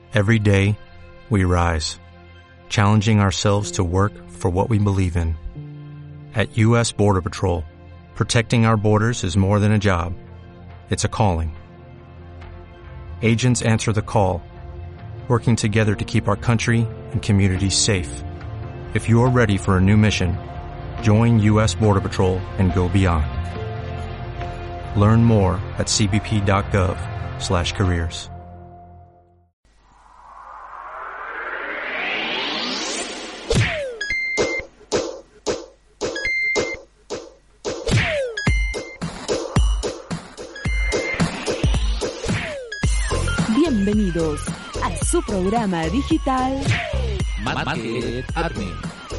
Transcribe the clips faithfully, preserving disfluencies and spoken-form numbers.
Every day, we rise, challenging ourselves to work for what we believe in. At U S Border Patrol, protecting our borders is more than a job. It's a calling. Agents answer the call, working together to keep our country and communities safe. If you're ready for a new mission, join U S Border Patrol and go beyond. Learn more at c b p dot gov slash careers. Bienvenidos a su programa digital Market Admin.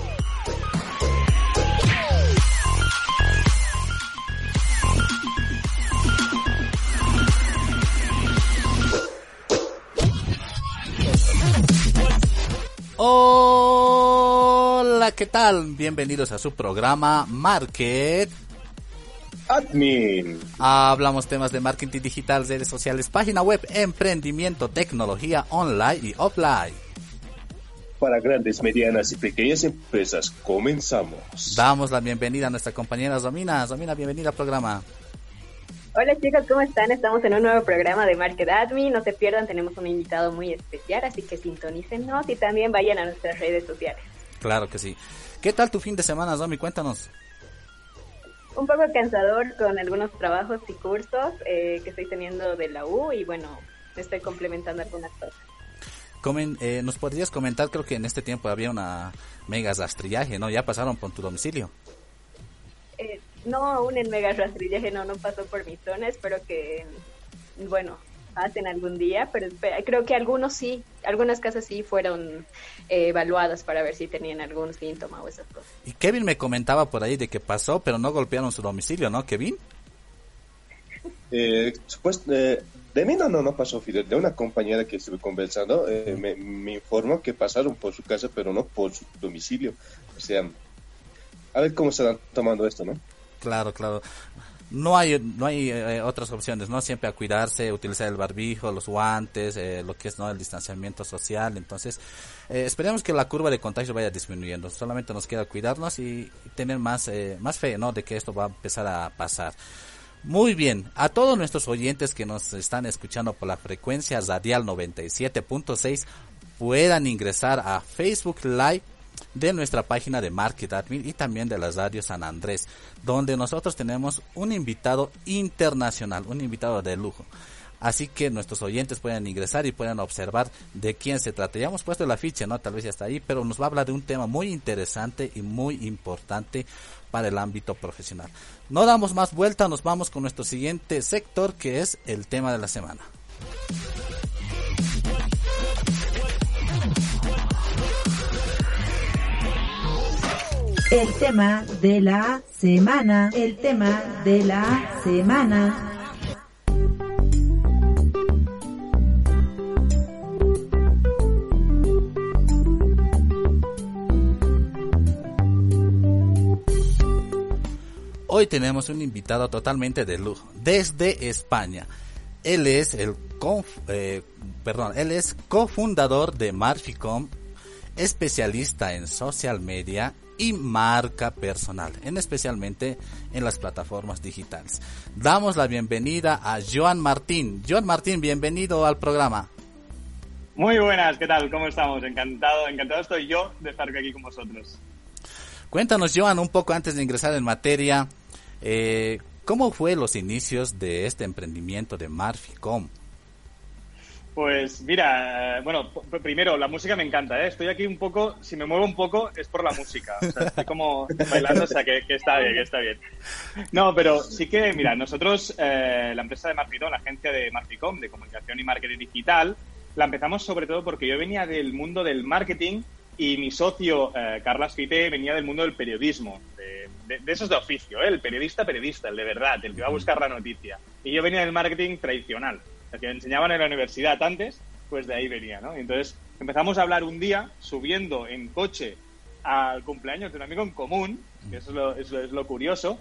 Hola, ¿qué tal? Bienvenidos a su programa Market Admin. Hablamos temas de marketing digital, redes sociales, página web, emprendimiento, tecnología online y offline. Para grandes, medianas y pequeñas empresas, comenzamos. Damos la bienvenida a nuestra compañera Romina. Romina, bienvenida al programa. Hola chicos, ¿cómo están? Estamos en un nuevo programa de Market Admin. No se pierdan, tenemos un invitado muy especial, así que sintonícennos y también vayan a nuestras redes sociales. Claro que sí. ¿Qué tal tu fin de semana, Romy? Cuéntanos. Un poco cansador con algunos trabajos y cursos eh, que estoy teniendo de la U y bueno, estoy complementando algunas cosas. Comen, eh, ¿Nos podrías comentar? Creo que en este tiempo había una mega rastrillaje, ¿no? ¿Ya pasaron por tu domicilio? Eh, no, aún el mega rastrillaje no, no pasó por mi zona. Espero que, bueno, pasen algún día, pero espera, creo que algunos sí, algunas casas sí fueron eh, evaluadas para ver si tenían algún síntoma o esas cosas. Y Kevin me comentaba por ahí de que pasó, pero no golpearon su domicilio, ¿no, Kevin? Eh, pues, eh, de mí no, no, no pasó, Fidel. De una compañera que estuve conversando, eh, me, me informó que pasaron por su casa, pero no por su domicilio. O sea, a ver cómo se están tomando esto, ¿no? Claro, claro. No hay no hay eh, otras opciones, ¿no? Siempre a cuidarse, utilizar el barbijo, los guantes, eh, lo que es, ¿no? El distanciamiento social. Entonces, eh, esperemos que la curva de contagio vaya disminuyendo. Solamente nos queda cuidarnos y, y tener más eh, más fe, ¿no? De que esto va a empezar a pasar. Muy bien, a todos nuestros oyentes que nos están escuchando por la frecuencia radial noventa y siete punto seis, puedan ingresar a Facebook Live de nuestra página de Market Admin y también de la radio San Andrés, donde nosotros tenemos un invitado internacional, un invitado de lujo. Así que nuestros oyentes pueden ingresar y pueden observar de quién se trata. Ya hemos puesto el afiche, ¿no? Tal vez ya está ahí, pero nos va a hablar de un tema muy interesante y muy importante para el ámbito profesional. No damos más vuelta, nos vamos con nuestro siguiente sector, que es el tema de la semana. El tema de la semana, el tema de la semana. Hoy tenemos un invitado totalmente de lujo, desde España. Él es el conf, eh, perdón, él es cofundador de Marficom, especialista en social media y marca personal, en especialmente en las plataformas digitales. Damos la bienvenida a Joan Martín. Joan Martín, bienvenido al programa. Muy buenas, ¿qué tal? ¿Cómo estamos? Encantado, encantado estoy yo de estar aquí con vosotros. Cuéntanos, Joan, un poco antes de ingresar en materia, eh, ¿cómo fue los inicios de este emprendimiento de Marficom? Pues mira, bueno, p- primero, la música me encanta, ¿eh? Estoy aquí un poco, si me muevo un poco es por la música, o sea, estoy como bailando, o sea, que, que está bien, que está bien. No, pero sí que, mira, nosotros, eh, la empresa de Marficom, la agencia de Marficom, de comunicación y marketing digital, la empezamos sobre todo porque yo venía del mundo del marketing y mi socio, eh, Carlas Fite, venía del mundo del periodismo, de, de, de esos de oficio, ¿eh? El periodista periodista, el de verdad, el que va a buscar la noticia. Y yo venía del marketing tradicional, el que enseñaban en la universidad antes, pues de ahí venía, ¿no? Y entonces empezamos a hablar un día, subiendo en coche al cumpleaños de un amigo en común, que eso es lo, eso es lo curioso,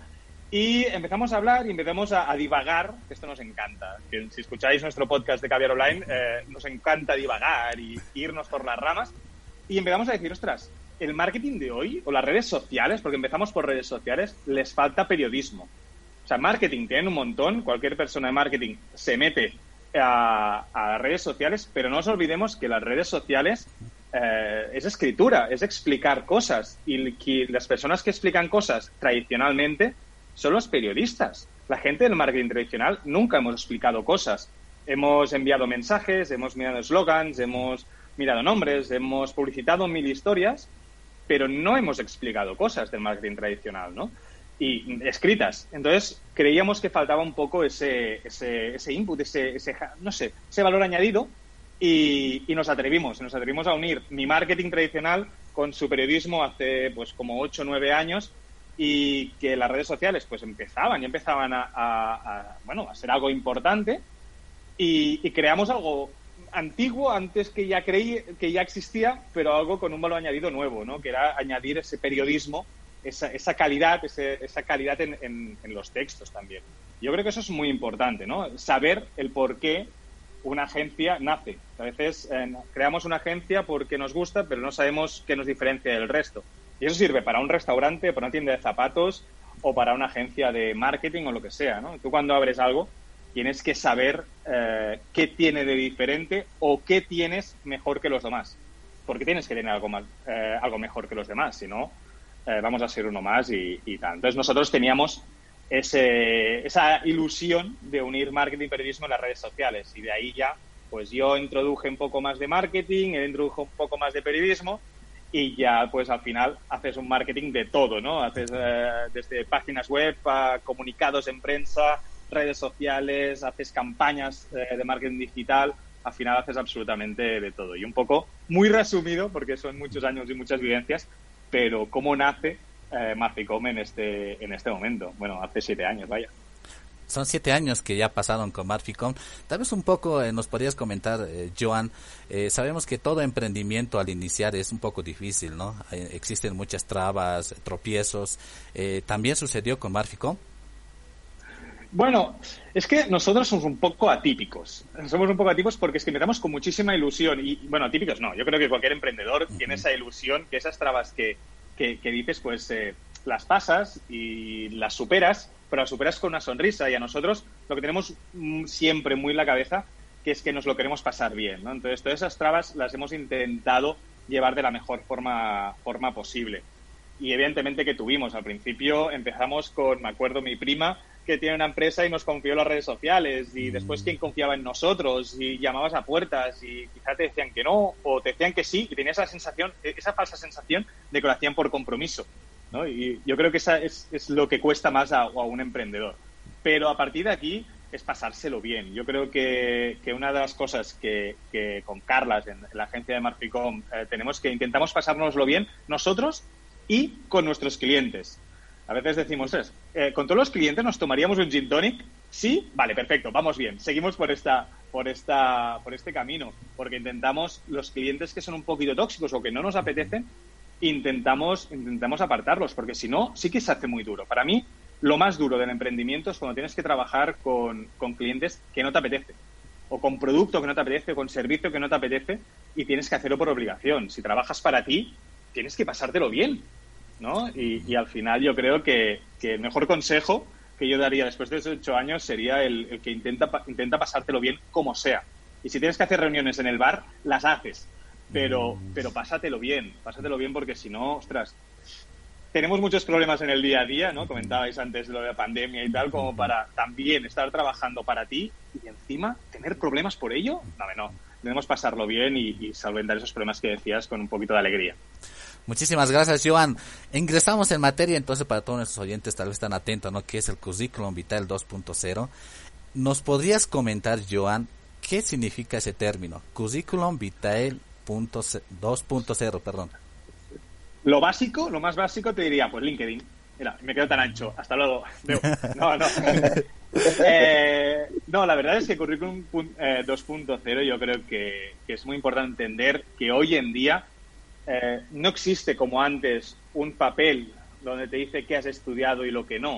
Y empezamos a hablar y empezamos a, a divagar, que esto nos encanta. Que si escucháis nuestro podcast de Caviar Online, eh, nos encanta divagar y irnos por las ramas. Y empezamos a decir, ostras, el marketing de hoy, o las redes sociales, porque empezamos por redes sociales, les falta periodismo. O sea, marketing tienen un montón, cualquier persona de marketing se mete a, a redes sociales, pero no nos olvidemos que las redes sociales eh, es escritura, es explicar cosas. Y que las personas que explican cosas tradicionalmente son los periodistas. La gente del marketing tradicional nunca hemos explicado cosas. Hemos enviado mensajes, hemos mirado eslogans, hemos mirado nombres, hemos publicitado mil historias, pero no hemos explicado cosas del marketing tradicional, ¿no? Y escritas. Entonces, creíamos que faltaba un poco ese, ese, ese input, ese, ese, no sé, ese valor añadido y, y nos atrevimos. Nos atrevimos a unir mi marketing tradicional con su periodismo hace pues como ocho o nueve años, y que las redes sociales pues empezaban y empezaban a, a, a bueno a ser algo importante y, y creamos algo antiguo antes que ya creí que ya existía, pero algo con un valor añadido nuevo, ¿no? Que era añadir ese periodismo, esa, esa calidad, ese, esa calidad en, en, en los textos también. Yo creo que eso es muy importante, ¿no? Saber el por qué una agencia nace. A veces eh, creamos una agencia porque nos gusta, pero no sabemos qué nos diferencia del resto. Y eso sirve para un restaurante, para una tienda de zapatos o para una agencia de marketing o lo que sea, ¿no? Tú cuando abres algo tienes que saber eh, qué tiene de diferente o qué tienes mejor que los demás. Porque tienes que tener algo, más, eh, algo mejor que los demás, si no eh, vamos a ser uno más y, y tal. Entonces nosotros teníamos ese, esa ilusión de unir marketing y periodismo en las redes sociales y de ahí ya pues yo introduje un poco más de marketing, él introdujo un poco más de periodismo. Y ya, pues, al final haces un marketing de todo, ¿no? Haces eh, desde páginas web a comunicados en prensa, redes sociales, haces campañas eh, de marketing digital. Al final haces absolutamente de todo. Y un poco, muy resumido, porque son muchos años y muchas vivencias, pero cómo nace eh, Marficom en este, en este momento. Bueno, hace siete años, vaya. Son siete años que ya pasaron con Marficom. Tal vez un poco eh, nos podrías comentar, eh, Joan, eh, sabemos que todo emprendimiento al iniciar es un poco difícil, ¿no? Eh, existen muchas trabas, tropiezos. Eh, ¿También sucedió con Marficom? Bueno, es que nosotros somos un poco atípicos. Somos un poco atípicos porque es que empezamos con muchísima ilusión. Y, bueno, atípicos no. Yo creo que cualquier emprendedor uh-huh. tiene esa ilusión, que esas trabas que, que, que dices, pues eh, las pasas y las superas, pero las superas con una sonrisa. Y a nosotros lo que tenemos siempre muy en la cabeza, que es que nos lo queremos pasar bien, ¿no? Entonces, todas esas trabas las hemos intentado llevar de la mejor forma, forma posible. Y evidentemente que tuvimos. Al principio empezamos con, me acuerdo, mi prima, que tiene una empresa y nos confió las redes sociales, y después quién confiaba en nosotros, y llamabas a puertas y quizá te decían que no, o te decían que sí, y tenías esa sensación, esa falsa sensación de que lo hacían por compromiso, ¿no? Y yo creo que esa es, es lo que cuesta más a, a un emprendedor. Pero a partir de aquí es pasárselo bien. Yo creo que, que una de las cosas que, que con Carlas, en la agencia de Marficom, eh, tenemos que intentamos pasárnoslo bien nosotros y con nuestros clientes. A veces decimos, eh, ¿con todos los clientes nos tomaríamos un gin tonic? ¿Sí? Vale, perfecto, vamos bien. Seguimos por esta, por esta, por este camino, porque intentamos los clientes que son un poquito tóxicos o que no nos apetecen, intentamos, intentamos apartarlos, porque si no, sí que se hace muy duro. Para mí, lo más duro del emprendimiento es cuando tienes que trabajar con, con clientes que no te apetece, o con producto que no te apetece, o con servicio que no te apetece, y tienes que hacerlo por obligación. Si trabajas para ti, tienes que pasártelo bien, ¿no? Y, y al final yo creo que, que el mejor consejo que yo daría después de esos ocho años sería el, el que intenta, intenta pasártelo bien como sea. Y si tienes que hacer reuniones en el bar, las haces. Pero, pero pásatelo bien, pásatelo bien porque si no, ostras, tenemos muchos problemas en el día a día, ¿no? Comentabais antes de lo de la pandemia y tal, como para también estar trabajando para ti y encima tener problemas por ello. No, no, debemos pasarlo bien y, y solventar esos problemas que decías con un poquito de alegría. Muchísimas gracias, Joan. Ingresamos en materia, entonces, para todos nuestros oyentes, tal vez están atentos, ¿no? Que es el Curriculum Vitae dos punto cero. ¿Nos podrías comentar, Joan, qué significa ese término? Curriculum Vitae dos punto cero, perdón. Lo básico, lo más básico te diría, pues LinkedIn. Mira, me quedo tan ancho. Hasta luego. No, no. eh, no, la verdad es que Curriculum eh, dos punto cero yo creo que, que es muy importante entender que hoy en día Eh, no existe como antes un papel donde te dice qué has estudiado y lo que no.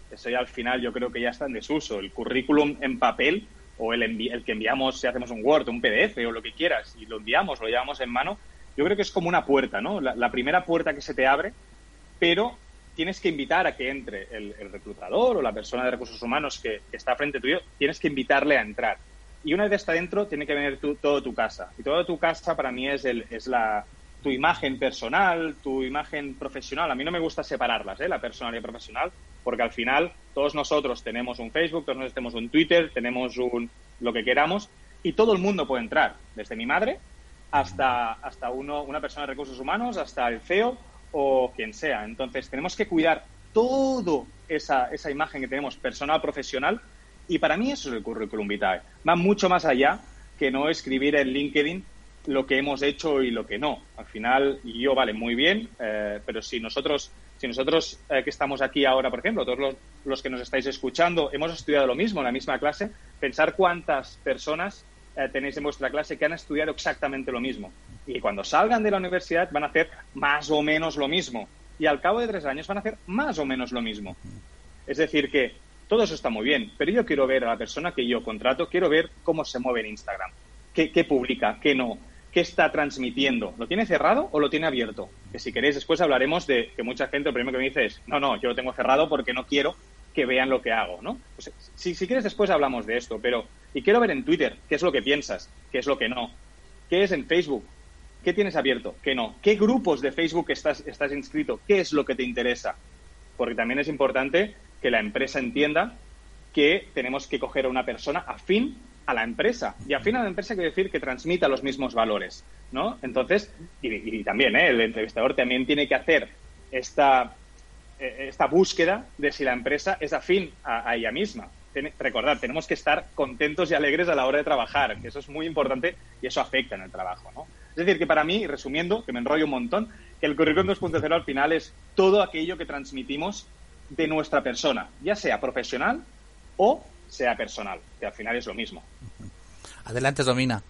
Eso ya al final yo creo que ya está en desuso. El currículum en papel o el, envi- el que enviamos, si hacemos un Word, un P D F o lo que quieras, y lo enviamos, lo llevamos en mano, yo creo que es como una puerta, ¿no? La, la primera puerta que se te abre, pero tienes que invitar a que entre el, el reclutador o la persona de recursos humanos que, que está frente tuyo, tienes que invitarle a entrar. Y una vez está dentro, tiene que venir tu, todo tu casa. Y toda tu casa para mí es, el, es la, tu imagen personal, tu imagen profesional. A mí no me gusta separarlas, ¿eh? La personal y profesional, porque al final todos nosotros tenemos un Facebook, todos nosotros tenemos un Twitter, tenemos un lo que queramos, y todo el mundo puede entrar, desde mi madre hasta, hasta uno, una persona de recursos humanos, hasta el C E O o quien sea. Entonces tenemos que cuidar toda esa, esa imagen que tenemos personal, profesional, y para mí eso es el currículum vitae. Va mucho más allá que no escribir en LinkedIn lo que hemos hecho y lo que no. Al final, yo vale muy bien, eh, pero si nosotros, si nosotros eh, que estamos aquí ahora, por ejemplo, todos los, los que nos estáis escuchando, hemos estudiado lo mismo en la misma clase, pensar cuántas personas eh, tenéis en vuestra clase que han estudiado exactamente lo mismo. Y cuando salgan de la universidad van a hacer más o menos lo mismo. Y al cabo de tres años van a hacer más o menos lo mismo. Es decir, que todo eso está muy bien, pero yo quiero ver a la persona que yo contrato, quiero ver cómo se mueve en Instagram, qué, qué publica, qué no, qué está transmitiendo. ¿Lo tiene cerrado o lo tiene abierto? Que si queréis después hablaremos de que mucha gente lo primero que me dice es no, no, yo lo tengo cerrado porque no quiero que vean lo que hago, ¿no? Pues, si, si quieres después hablamos de esto, pero y quiero ver en Twitter qué es lo que piensas, qué es lo que no, qué es en Facebook, qué tienes abierto, qué no, qué grupos de Facebook estás, estás inscrito, qué es lo que te interesa, porque también es importante que la empresa entienda que tenemos que coger a una persona afín a la empresa. Y afín a la empresa quiere decir que transmita los mismos valores, ¿no? Entonces, y, y también, ¿eh? El entrevistador también tiene que hacer esta, esta búsqueda de si la empresa es afín a, a ella misma. Ten, recordad, tenemos que estar contentos y alegres a la hora de trabajar, que eso es muy importante y eso afecta en el trabajo, ¿no? Es decir, que para mí, resumiendo, que me enrollo un montón, que el currículum dos punto cero al final es todo aquello que transmitimos de nuestra persona, ya sea profesional o sea personal, que al final es lo mismo. Adelante, Domina.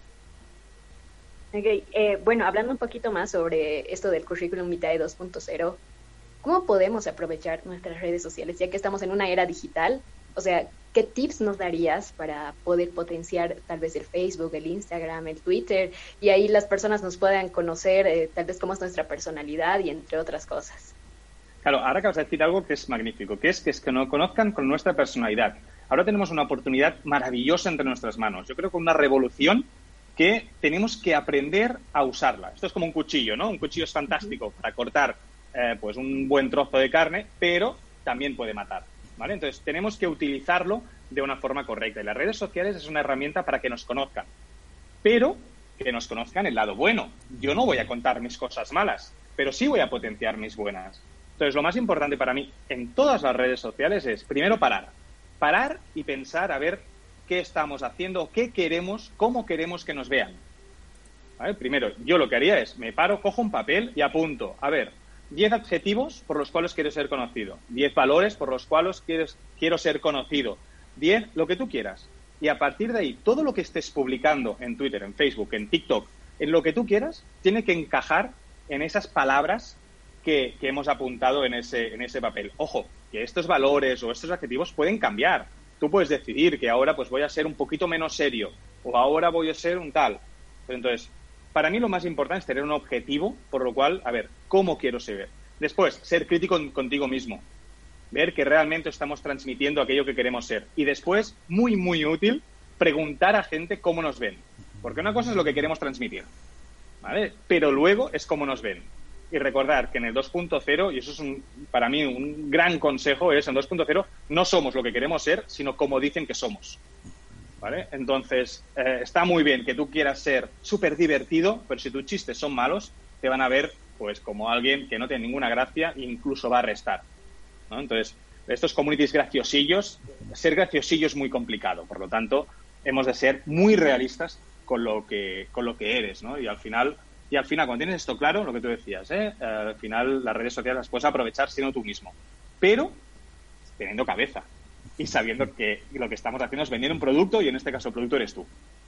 Okay, eh, bueno, hablando un poquito más sobre esto del currículum vitae dos punto cero, ¿cómo podemos aprovechar nuestras redes sociales ya que estamos en una era digital? O sea, ¿qué tips nos darías para poder potenciar tal vez el Facebook, el Instagram, el Twitter, y ahí las personas nos puedan conocer eh, tal vez cómo es nuestra personalidad y entre otras cosas? Claro, ahora acabas de decir algo que es magnífico, que es que, es que nos conozcan con nuestra personalidad. Ahora tenemos una oportunidad maravillosa entre nuestras manos. Yo creo que una revolución que tenemos que aprender a usarla. Esto es como un cuchillo, ¿no? Un cuchillo es fantástico para cortar eh, pues un buen trozo de carne, pero también puede matar, ¿vale? Entonces, tenemos que utilizarlo de una forma correcta. Y las redes sociales es una herramienta para que nos conozcan, pero que nos conozcan el lado bueno. Yo no voy a contar mis cosas malas, pero sí voy a potenciar mis buenas. Entonces, lo más importante para mí en todas las redes sociales es, primero, parar. Parar y pensar a ver qué estamos haciendo, qué queremos, cómo queremos que nos vean. ¿Vale? Primero, yo lo que haría es, me paro, cojo un papel y apunto, a ver, diez adjetivos por los cuales quiero ser conocido, diez valores por los cuales quieres, quiero ser conocido, diez, lo que tú quieras. Y a partir de ahí, todo lo que estés publicando en Twitter, en Facebook, en TikTok, en lo que tú quieras, tiene que encajar en esas palabras Que, que hemos apuntado en ese, en ese papel. Ojo, que estos valores o estos adjetivos pueden cambiar. Tú puedes decidir que ahora pues voy a ser un poquito menos serio o ahora voy a ser un tal. Pero entonces, para mí lo más importante es tener un objetivo, por lo cual, a ver, ¿cómo quiero ser? Después, ser crítico con, contigo mismo. Ver que realmente estamos transmitiendo aquello que queremos ser. Y después, muy, muy útil, preguntar a gente cómo nos ven. Porque una cosa es lo que queremos transmitir, ¿vale? Pero luego es cómo nos ven. Y recordar que en el dos punto cero, y eso es un, para mí un gran consejo, es en dos punto cero no somos lo que queremos ser, sino como dicen que somos. ¿Vale? Entonces, eh, está muy bien que tú quieras ser súper divertido, pero si tus chistes son malos, te van a ver pues como alguien que no tiene ninguna gracia e incluso va a restar, ¿no? Entonces, estos communities graciosillos, ser graciosillo es muy complicado. Por lo tanto, hemos de ser muy realistas con lo que, con lo que eres, ¿no? Y al final... Y al final, cuando tienes esto claro, lo que tú decías, ¿eh? Eh, al final las redes sociales las puedes aprovechar siendo tú mismo, pero teniendo cabeza y sabiendo que lo que estamos haciendo es vender un producto y en este caso el producto eres tú.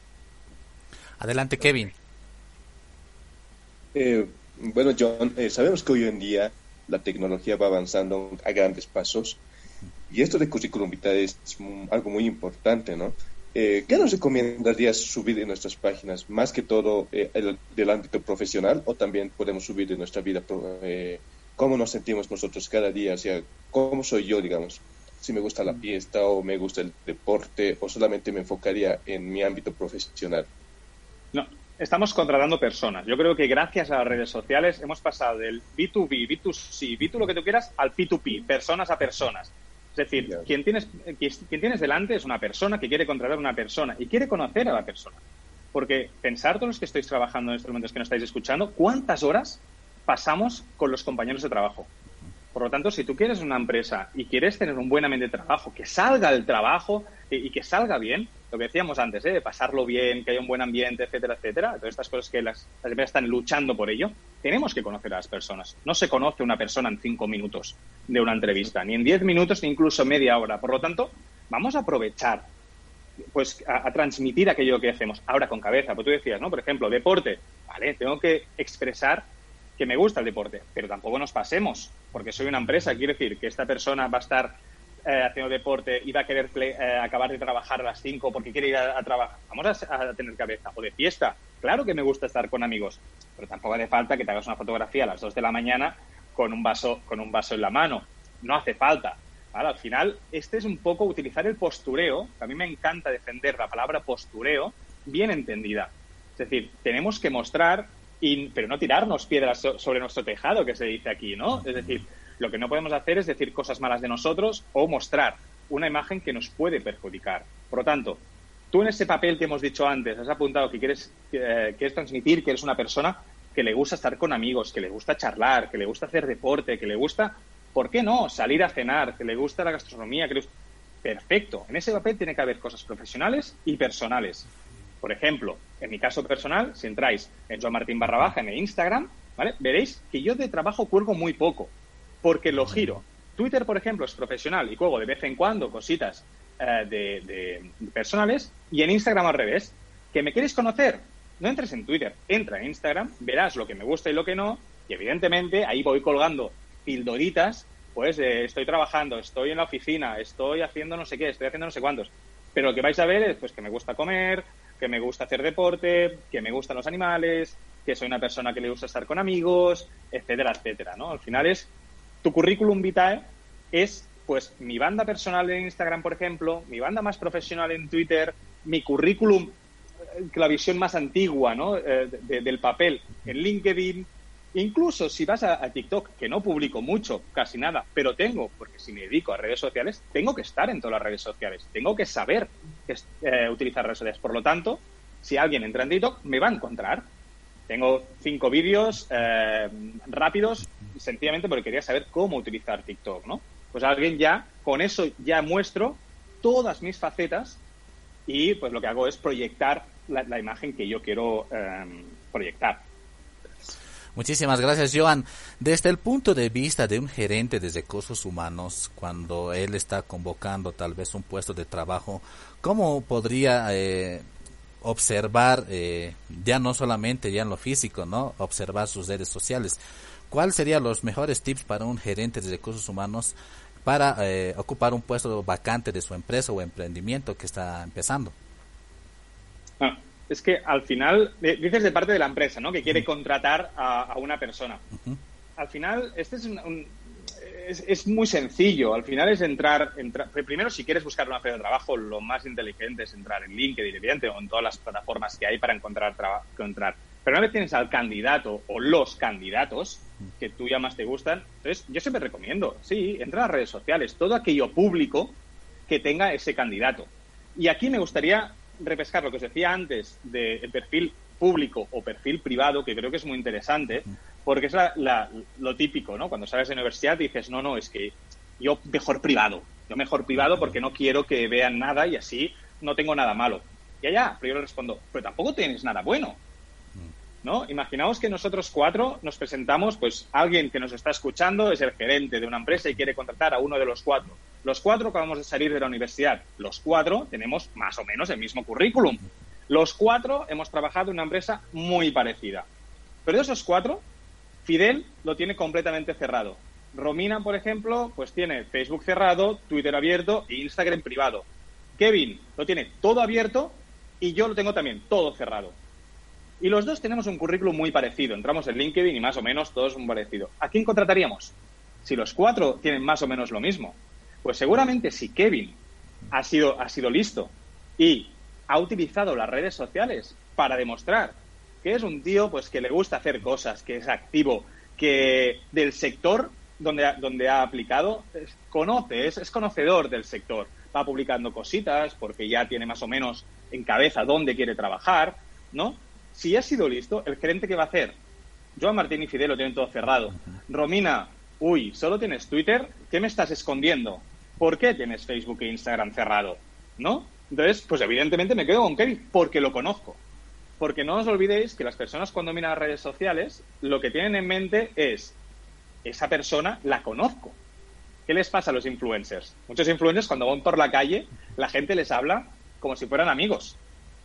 Adelante, Kevin. Eh, bueno, John, eh, sabemos que hoy en día la tecnología va avanzando a grandes pasos Y esto de currículum vitae es mm, algo muy importante, ¿no? Eh, ¿Qué nos recomendarías subir en nuestras páginas? Más que todo eh, el, del ámbito profesional, o también podemos subir de nuestra vida, eh, cómo nos sentimos nosotros cada día, o sea, cómo soy yo, digamos, si me gusta la fiesta o me gusta el deporte, o solamente me enfocaría en mi ámbito profesional. No, estamos contratando personas. Yo creo que gracias a las redes sociales hemos pasado del B dos B, B dos C, B dos lo que tú quieras, al P dos P, personas a personas. Es decir, yeah. quien, tienes, quien tienes delante es una persona que quiere contratar a una persona y quiere conocer a la persona. Porque pensar todos los que estáis trabajando en estos momentos que nos estáis escuchando, ¿cuántas horas pasamos con los compañeros de trabajo? Por lo tanto, si tú quieres una empresa y quieres tener un buen ambiente de trabajo, que salga el trabajo y, y que salga bien, lo que decíamos antes, ¿eh? de pasarlo bien, que haya un buen ambiente, etcétera, etcétera, todas estas cosas que las, las empresas están luchando por ello, tenemos que conocer a las personas. No se conoce una persona en cinco minutos de una entrevista, ni en diez minutos, ni incluso media hora. Por lo tanto, vamos a aprovechar pues a, a transmitir aquello que hacemos. Ahora con cabeza, pues tú decías, ¿no? Por ejemplo, deporte. Vale, tengo que expresar que me gusta el deporte, pero tampoco nos pasemos, porque soy una empresa, quiere decir que esta persona va a estar eh, haciendo deporte y va a querer play, eh, acabar de trabajar a las cinco porque quiere ir a, a trabajar. Vamos a, a tener cabeza. O de fiesta. Claro que me gusta estar con amigos, pero tampoco hace falta que te hagas una fotografía a las dos de la mañana con un vaso, con un vaso en la mano. No hace falta. ¿Vale? Al final, este es un poco utilizar el postureo, que a mí me encanta defender la palabra postureo, bien entendida. Es decir, tenemos que mostrar, y, pero no tirarnos piedras so, sobre nuestro tejado, que se dice aquí, ¿no? Es decir, lo que no podemos hacer es decir cosas malas de nosotros o mostrar una imagen que nos puede perjudicar. Por lo tanto, tú en ese papel que hemos dicho antes, has apuntado que quieres, eh, quieres transmitir que eres una persona que le gusta estar con amigos, que le gusta charlar, que le gusta hacer deporte, que le gusta, ¿por qué no?, salir a cenar, que le gusta la gastronomía, que le gusta... Perfecto. En ese papel tiene que haber cosas profesionales y personales. Por ejemplo, en mi caso personal, si entráis en Joan Martín barra baja en el Instagram, ¿vale?, veréis que yo de trabajo cuelgo muy poco, porque lo giro. Twitter, por ejemplo, es profesional y cuelgo de vez en cuando cositas eh, de, de personales, y en Instagram al revés. ¿Que me quieres conocer? No entres en Twitter, entra en Instagram, verás lo que me gusta y lo que no, y evidentemente ahí voy colgando pildoritas, pues eh, estoy trabajando, estoy en la oficina, estoy haciendo no sé qué, estoy haciendo no sé cuántos. Pero lo que vais a ver es pues que me gusta comer, que me gusta hacer deporte, que me gustan los animales, que soy una persona que le gusta estar con amigos, etcétera, etcétera, ¿no? Al final es tu currículum vitae, es pues mi banda personal en Instagram, por ejemplo, mi banda más profesional en Twitter, mi currículum, la visión más antigua, ¿no?, eh, de, del papel en LinkedIn. Incluso si vas a, a TikTok, que no publico mucho, casi nada, pero tengo, porque si me dedico a redes sociales, tengo que estar en todas las redes sociales, tengo que saber eh, utilizar redes sociales. Por lo tanto, si alguien entra en TikTok, me va a encontrar. Tengo cinco vídeos eh, rápidos, sencillamente porque quería saber cómo utilizar TikTok, ¿no? Pues alguien ya, con eso ya muestro todas mis facetas y pues lo que hago es proyectar la, la imagen que yo quiero eh, proyectar. Muchísimas gracias, Joan. Desde el punto de vista de un gerente de recursos humanos, cuando él está convocando tal vez un puesto de trabajo, ¿cómo podría eh, observar, eh, ya no solamente ya en lo físico, ¿no?, observar sus redes sociales? ¿Cuáles serían los mejores tips para un gerente de recursos humanos para eh, ocupar un puesto vacante de su empresa o emprendimiento que está empezando? Ah. Es que al final, dices de parte de la empresa, ¿no?, que quiere contratar a, a una persona. Uh-huh. Al final, este es, un, un, es, es muy sencillo. Al final es entrar, entrar... Primero, si quieres buscar una oferta de trabajo, lo más inteligente es entrar en LinkedIn, evidente, o en todas las plataformas que hay para encontrar trabajo. Encontrar. Pero una vez tienes al candidato o los candidatos que tú ya más te gustan, entonces yo siempre recomiendo, sí, entra a las redes sociales, todo aquello público que tenga ese candidato. Y aquí me gustaría repescar lo que os decía antes del perfil público o perfil privado, que creo que es muy interesante, porque es la, la, lo típico, ¿no? Cuando sales de universidad dices, no, no, es que yo mejor privado, yo mejor privado porque no quiero que vean nada y así no tengo nada malo. Y allá, pero yo le respondo, pero tampoco tienes nada bueno, ¿no? Imaginaos que nosotros cuatro nos presentamos, pues alguien que nos está escuchando es el gerente de una empresa y quiere contratar a uno de los cuatro. Los cuatro acabamos de salir de la universidad. Los cuatro tenemos más o menos el mismo currículum. Los cuatro hemos trabajado en una empresa muy parecida. Pero de esos cuatro, Fidel lo tiene completamente cerrado. Romina, por ejemplo, pues tiene Facebook cerrado, Twitter abierto e Instagram privado. Kevin lo tiene todo abierto y yo lo tengo también todo cerrado. Y los dos tenemos un currículum muy parecido. Entramos en LinkedIn y más o menos todos muy parecido. ¿A quién contrataríamos? Si los cuatro tienen más o menos lo mismo. Pues seguramente si Kevin ha sido, ha sido listo y ha utilizado las redes sociales para demostrar que es un tío pues que le gusta hacer cosas, que es activo, que del sector donde ha, donde ha aplicado es, conoce, es, es conocedor del sector. Va publicando cositas porque ya tiene más o menos en cabeza dónde quiere trabajar, ¿no? Si ha sido listo, el gerente, ¿qué va a hacer? Joan Martín y Fidel lo tienen todo cerrado. Romina, uy, ¿solo tienes Twitter? ¿Qué me estás escondiendo? ¿Por qué tienes Facebook e Instagram cerrado? ¿No? Entonces, pues evidentemente me quedo con Kevin porque lo conozco. Porque no os olvidéis que las personas cuando miran las redes sociales lo que tienen en mente es esa persona la conozco. ¿Qué les pasa a los influencers? Muchos influencers cuando van por la calle la gente les habla como si fueran amigos.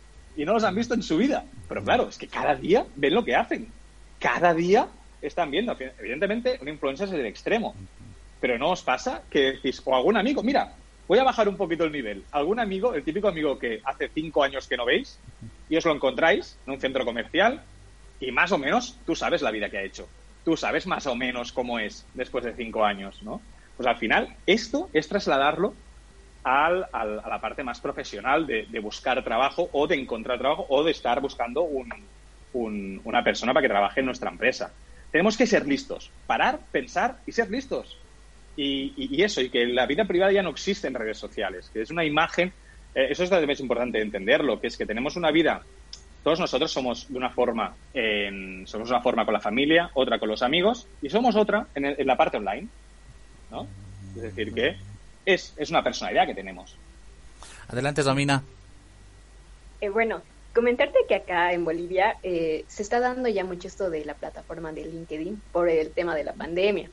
Y no los han visto en su vida. Pero claro, es que cada día ven lo que hacen. Cada día están viendo. Evidentemente, un influencer es el extremo. Pero ¿no os pasa que decís, o algún amigo, mira, voy a bajar un poquito el nivel. Algún amigo, el típico amigo que hace cinco años que no veis, y os lo encontráis en un centro comercial, y más o menos tú sabes la vida que ha hecho. Tú sabes más o menos cómo es después de cinco años, ¿no? Pues al final, esto es trasladarlo Al, al, a la parte más profesional de, de buscar trabajo o de encontrar trabajo o de estar buscando un, un, una persona para que trabaje en nuestra empresa. Tenemos que ser listos, parar, pensar y ser listos. Y, y, y eso, y que la vida privada ya no existe en redes sociales, que es una imagen, eh, eso es también es importante entenderlo, que es que tenemos una vida, todos nosotros somos de una forma, en, somos una forma con la familia, otra con los amigos y somos otra en, el, en la parte online, ¿no? Es decir, que Es, es una personalidad que tenemos. Adelante, Romina. Eh, bueno, comentarte que acá en Bolivia eh, se está dando ya mucho esto de la plataforma de LinkedIn por el tema de la pandemia.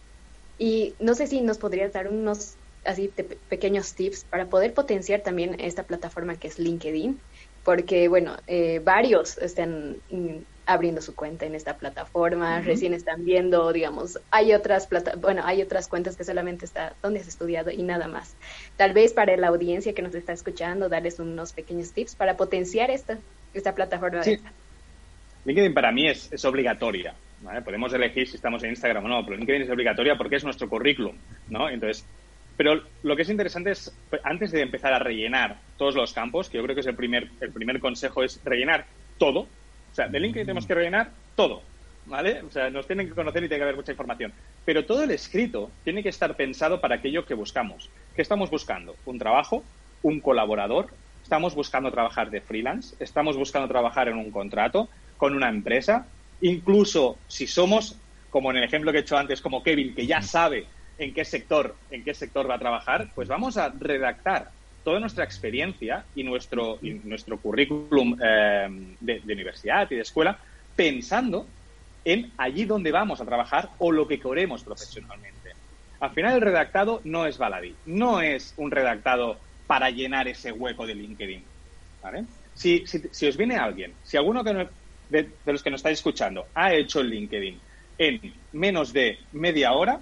Y no sé si nos podrías dar unos así te, pequeños tips para poder potenciar también esta plataforma que es LinkedIn, porque bueno, eh, varios están in, abriendo su cuenta en esta plataforma, uh-huh. Recién están viendo, digamos, hay otras plata bueno, hay otras cuentas que solamente está donde has estudiado y nada más. Tal vez para la audiencia que nos está escuchando, darles unos pequeños tips para potenciar esta, esta plataforma. Sí. Esta. LinkedIn para mí es, es obligatoria, ¿vale? Podemos elegir si estamos en Instagram o no, pero LinkedIn es obligatoria porque es nuestro currículum, ¿no? Entonces, pero lo que es interesante es, antes de empezar a rellenar todos los campos, que yo creo que es el primer, el primer consejo, es rellenar todo. O sea, de LinkedIn tenemos que rellenar todo, ¿vale? O sea, nos tienen que conocer y tiene que haber mucha información. Pero todo el escrito tiene que estar pensado para aquello que buscamos. ¿Qué estamos buscando? Un trabajo, un colaborador, estamos buscando trabajar de freelance, estamos buscando trabajar en un contrato con una empresa, incluso si somos, como en el ejemplo que he hecho antes, como Kevin, que ya sabe en qué sector, en qué sector va a trabajar, pues vamos a redactar toda nuestra experiencia y nuestro, y nuestro currículum eh, de, de universidad y de escuela pensando en allí donde vamos a trabajar o lo que queremos profesionalmente. Al final el redactado no es baladí, no es un redactado para llenar ese hueco de LinkedIn, ¿vale? Si, si, si os viene alguien, si alguno que no, de, de los que nos estáis escuchando ha hecho el LinkedIn en menos de media hora,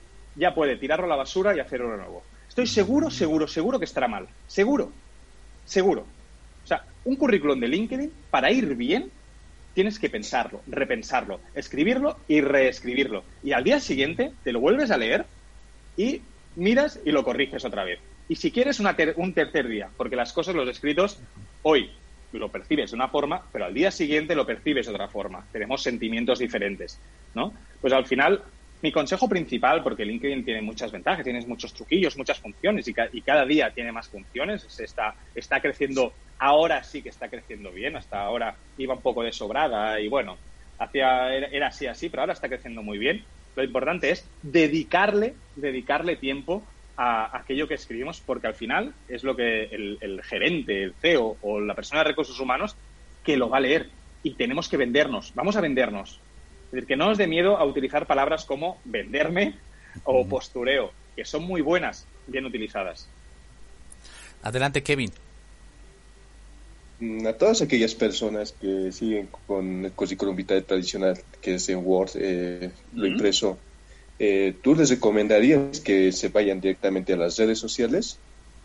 ya puede tirarlo a la basura y hacer uno nuevo. Estoy seguro, seguro, seguro que estará mal. Seguro, seguro. O sea, un currículum de LinkedIn, para ir bien, tienes que pensarlo, repensarlo, escribirlo y reescribirlo. Y al día siguiente te lo vuelves a leer y miras y lo corriges otra vez. Y si quieres una ter- un tercer día, porque las cosas, los escritos, hoy lo percibes de una forma, pero al día siguiente lo percibes de otra forma. Tenemos sentimientos diferentes, ¿no? Pues al final, mi consejo principal, porque LinkedIn tiene muchas ventajas, tienes muchos truquillos, muchas funciones y, ca- y cada día tiene más funciones, se está, está creciendo, ahora sí que está creciendo bien, hasta ahora iba un poco de sobrada y bueno, hacía, era, era así, así, pero ahora está creciendo muy bien. Lo importante es dedicarle, dedicarle tiempo a aquello que escribimos, porque al final es lo que el, el gerente, el C E O o la persona de recursos humanos que lo va a leer y tenemos que vendernos, vamos a vendernos. Es decir, que no os dé miedo a utilizar palabras como venderme o postureo, que son muy buenas, bien utilizadas. Adelante, Kevin. A todas aquellas personas que siguen con el currículum vitae tradicional, que es en Word, eh, lo impreso, Eh, ¿Tú les recomendarías que se vayan directamente a las redes sociales?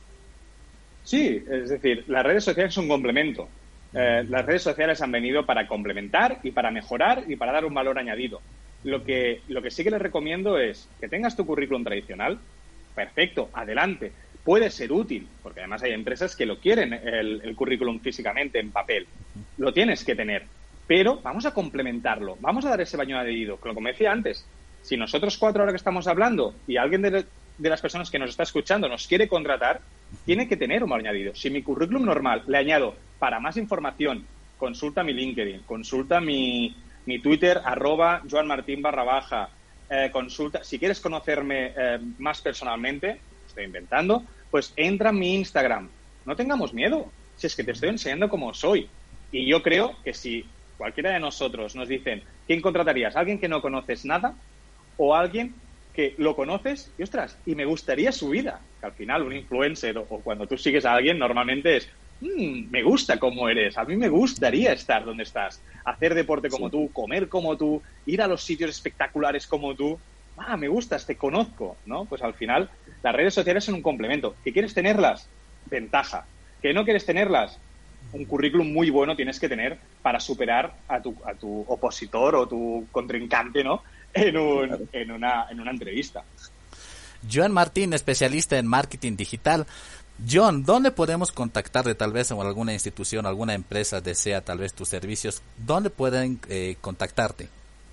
Sí, es decir, las redes sociales son un complemento. Eh, las redes sociales han venido para complementar y para mejorar y para dar un valor añadido. Lo que, lo que sí que les recomiendo es que tengas tu currículum tradicional. Perfecto, adelante. Puede ser útil, porque además hay empresas que lo quieren, el, el currículum físicamente, en papel. Lo tienes que tener. Pero vamos a complementarlo. Vamos a dar ese baño añadido. Como decía antes, si nosotros cuatro ahora que estamos hablando y alguien de, de las personas que nos está escuchando nos quiere contratar, tiene que tener un valor añadido. Si mi currículum normal le añado para más información, consulta mi LinkedIn, consulta mi, mi Twitter, arroba joanmartin barra baja, eh, consulta, si quieres conocerme eh, más personalmente, estoy inventando, pues entra en mi Instagram. No tengamos miedo, si es que te estoy enseñando cómo soy. Y yo creo que si cualquiera de nosotros nos dicen, ¿quién contratarías? ¿Alguien que no conoces nada o alguien que lo conoces y, ostras, y me gustaría su vida? Que al final un influencer o, o cuando tú sigues a alguien normalmente es, mmm, me gusta cómo eres, a mí me gustaría estar donde estás, hacer deporte como sí. tú, comer como tú, ir a los sitios espectaculares como tú. Ah, me gustas, te conozco, ¿no? Pues al final las redes sociales son un complemento. ¿Que quieres tenerlas? Ventaja. ¿Que no quieres tenerlas? Un currículum muy bueno tienes que tener para superar a tu, a tu opositor o tu contrincante, ¿no? En, un, en, una, en una entrevista. Joan Martín, especialista en marketing digital. John, ¿dónde podemos contactarte? Tal vez en alguna institución, alguna empresa desea tal vez tus servicios. ¿Dónde pueden eh, contactarte?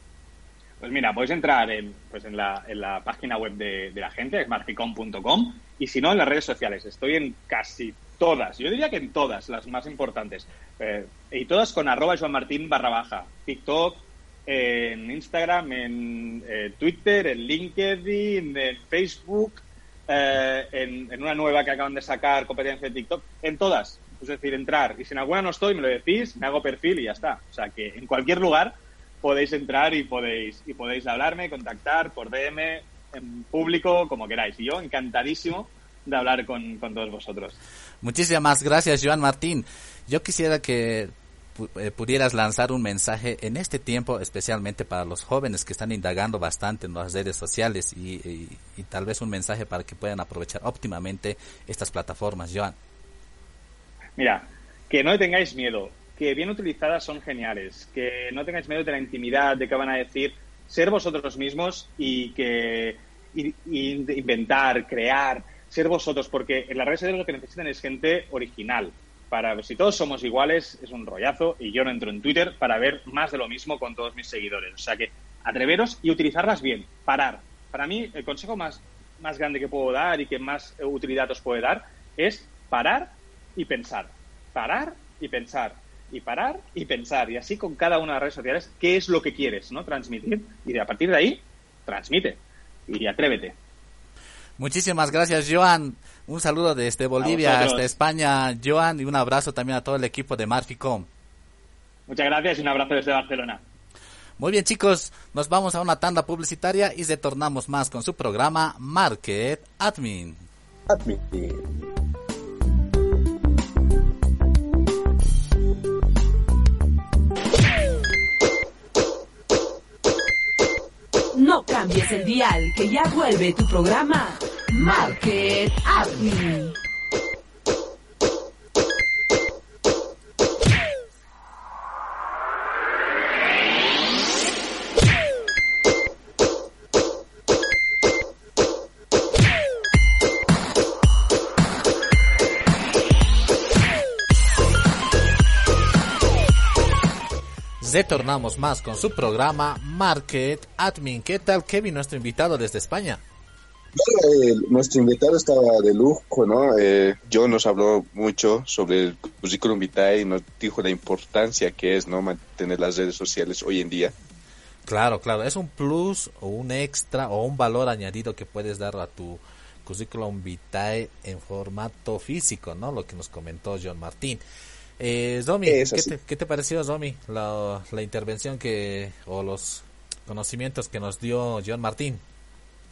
Pues mira, puedes entrar en, pues en, la, en la página web de, de la gente, smartficom punto com, y si no, en las redes sociales. Estoy en casi todas, yo diría que en todas, las más importantes. Eh, y todas con arroba joanmartin barra baja. TikTok, eh, en Instagram, en eh, Twitter, en LinkedIn, en Facebook, eh, en, en una nueva que acaban de sacar, competencia de TikTok, en todas. Es decir, entrar. Y si en alguna no estoy, me lo decís, me hago perfil y ya está. O sea que en cualquier lugar podéis entrar y podéis y podéis hablarme, contactar por D M, en público, como queráis. Y yo encantadísimo de hablar con, con todos vosotros. Muchísimas gracias, Joan Martín. Yo quisiera que eh, pudieras lanzar un mensaje en este tiempo, especialmente para los jóvenes que están indagando bastante en las redes sociales y, y, y tal vez un mensaje para que puedan aprovechar óptimamente estas plataformas, Joan. Mira, que no tengáis miedo, que bien utilizadas son geniales, que no tengáis miedo de la intimidad, de qué van a decir, ser vosotros mismos y que y, y inventar, crear, ser vosotros, porque en las redes sociales lo que necesitan es gente original. Para si todos somos iguales es un rollazo y yo no entro en Twitter para ver más de lo mismo con todos mis seguidores. O sea que atreveros y utilizarlas bien, parar. Para mí el consejo más, más grande que puedo dar y que más utilidad os puede dar es parar y pensar. Parar y pensar. Y parar y pensar. Y así con cada una de las redes sociales, ¿qué es lo que quieres, no? Transmitir. Y de a partir de ahí, transmite. Y atrévete. Muchísimas gracias, Joan. Un saludo desde Bolivia hasta España, Joan, y un abrazo también a todo el equipo de Smartficom. Muchas gracias y un abrazo desde Barcelona. Muy bien, chicos, nos vamos a una tanda publicitaria y retornamos más con su programa Market Admin. Admin. No cambies el dial, que ya vuelve tu programa Market Admin. Retornamos más con su programa Market Admin. ¿Qué tal, Kevin, nuestro invitado desde España? Eh, nuestro invitado estaba de lujo, ¿no? Eh, John nos habló mucho sobre el currículum vitae y nos dijo la importancia que es, ¿no?, mantener las redes sociales hoy en día. Claro, claro, es un plus o un extra o un valor añadido que puedes dar a tu currículum vitae en formato físico, ¿no? Lo que nos comentó John Martín. Eh, Zomi, ¿qué te, ¿qué te pareció, Zomi, la, la intervención que o los conocimientos que nos dio John Martín?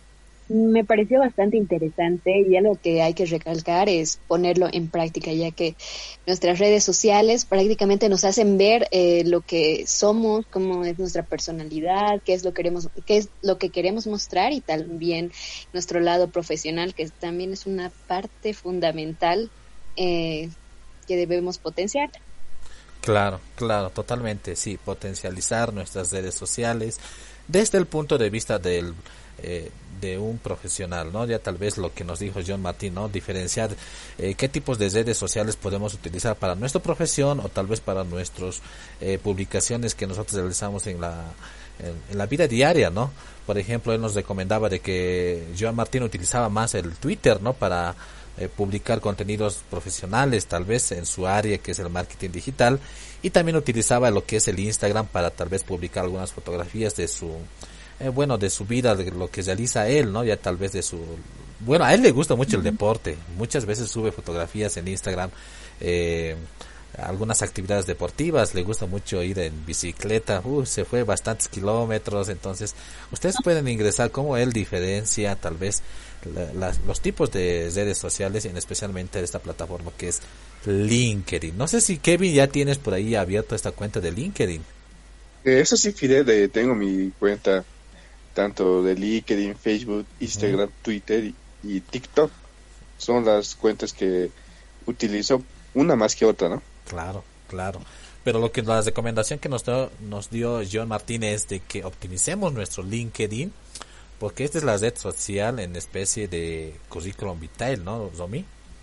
me pareció bastante interesante y algo que hay que recalcar es ponerlo en práctica, ya que nuestras redes sociales prácticamente nos hacen ver eh, lo que somos, cómo es nuestra personalidad, qué es lo queremos, qué es lo que queremos mostrar y también nuestro lado profesional, que también es una parte fundamental eh, que debemos potenciar. Claro, claro, totalmente, sí, potencializar nuestras redes sociales desde el punto de vista del eh, de un profesional, ¿no? Ya tal vez lo que nos dijo John Martín, ¿no? Diferenciar eh, qué tipos de redes sociales podemos utilizar para nuestra profesión o tal vez para nuestras eh, publicaciones que nosotros realizamos en la en, en la vida diaria, ¿no? Por ejemplo, él nos recomendaba de que John Martín utilizaba más el Twitter, ¿no? Para eh, publicar contenidos profesionales, tal vez en su área que es el marketing digital, y también utilizaba lo que es el Instagram para tal vez publicar algunas fotografías de su Eh, bueno, de su vida, de lo que realiza él, ¿no? Ya tal vez de su... Bueno, a él le gusta mucho el deporte. Muchas veces sube fotografías en Instagram, eh, algunas actividades deportivas. Le gusta mucho ir en bicicleta. Uh, se fue bastantes kilómetros. Entonces, ustedes pueden ingresar cómo él diferencia tal vez la, las, los tipos de redes sociales, en especialmente de esta plataforma que es LinkedIn. No sé si Kevin ya tienes por ahí abierto esta cuenta de LinkedIn. Eh, eso sí, Fidel, de, tengo mi cuenta tanto de LinkedIn, Facebook, Instagram, uh-huh. Twitter y, y TikTok. Son las cuentas que utilizo, una más que otra, ¿no? Claro, claro. Pero lo que la recomendación que nos dio, nos dio John Martínez es de que optimicemos nuestro LinkedIn, porque esta es la red social en especie de currículum vitae, ¿no, Romy?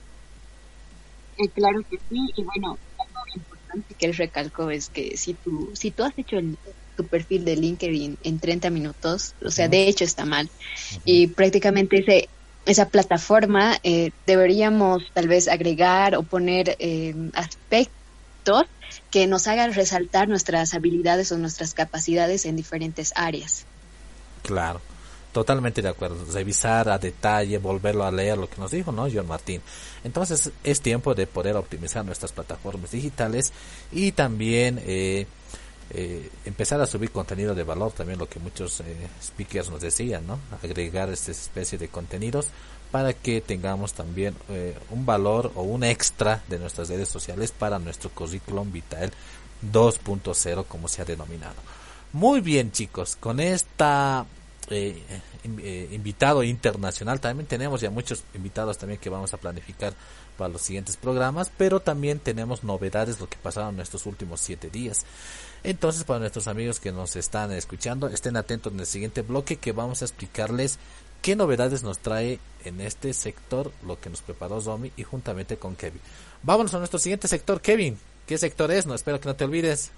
Eh, claro que sí, y bueno, algo importante que él recalcó es que si tú, si tú has hecho el tu perfil de LinkedIn en treinta minutos, o sea, uh-huh. de hecho está mal. Uh-huh. Y prácticamente ese, esa plataforma eh, deberíamos tal vez agregar o poner eh, aspectos que nos hagan resaltar nuestras habilidades o nuestras capacidades en diferentes áreas. Claro, totalmente de acuerdo. Revisar a detalle, volverlo a leer lo que nos dijo, ¿no, John Martín? Entonces es tiempo de poder optimizar nuestras plataformas digitales y también eh, Eh, empezar a subir contenido de valor, también lo que muchos eh, speakers nos decían, ¿no? Agregar esta especie de contenidos para que tengamos también eh, un valor o un extra de nuestras redes sociales para nuestro currículum vitae dos punto cero, como se ha denominado. Muy bien, chicos, con esta eh, eh, invitado internacional, también tenemos ya muchos invitados también que vamos a planificar para los siguientes programas, pero también tenemos novedades, lo que pasaron en estos últimos siete días. Entonces, para nuestros amigos que nos están escuchando, estén atentos en el siguiente bloque que vamos a explicarles qué novedades nos trae en este sector, lo que nos preparó Romy y juntamente con Kevin. Vámonos a nuestro siguiente sector. Kevin, ¿qué sector es? No, espero que no te olvides.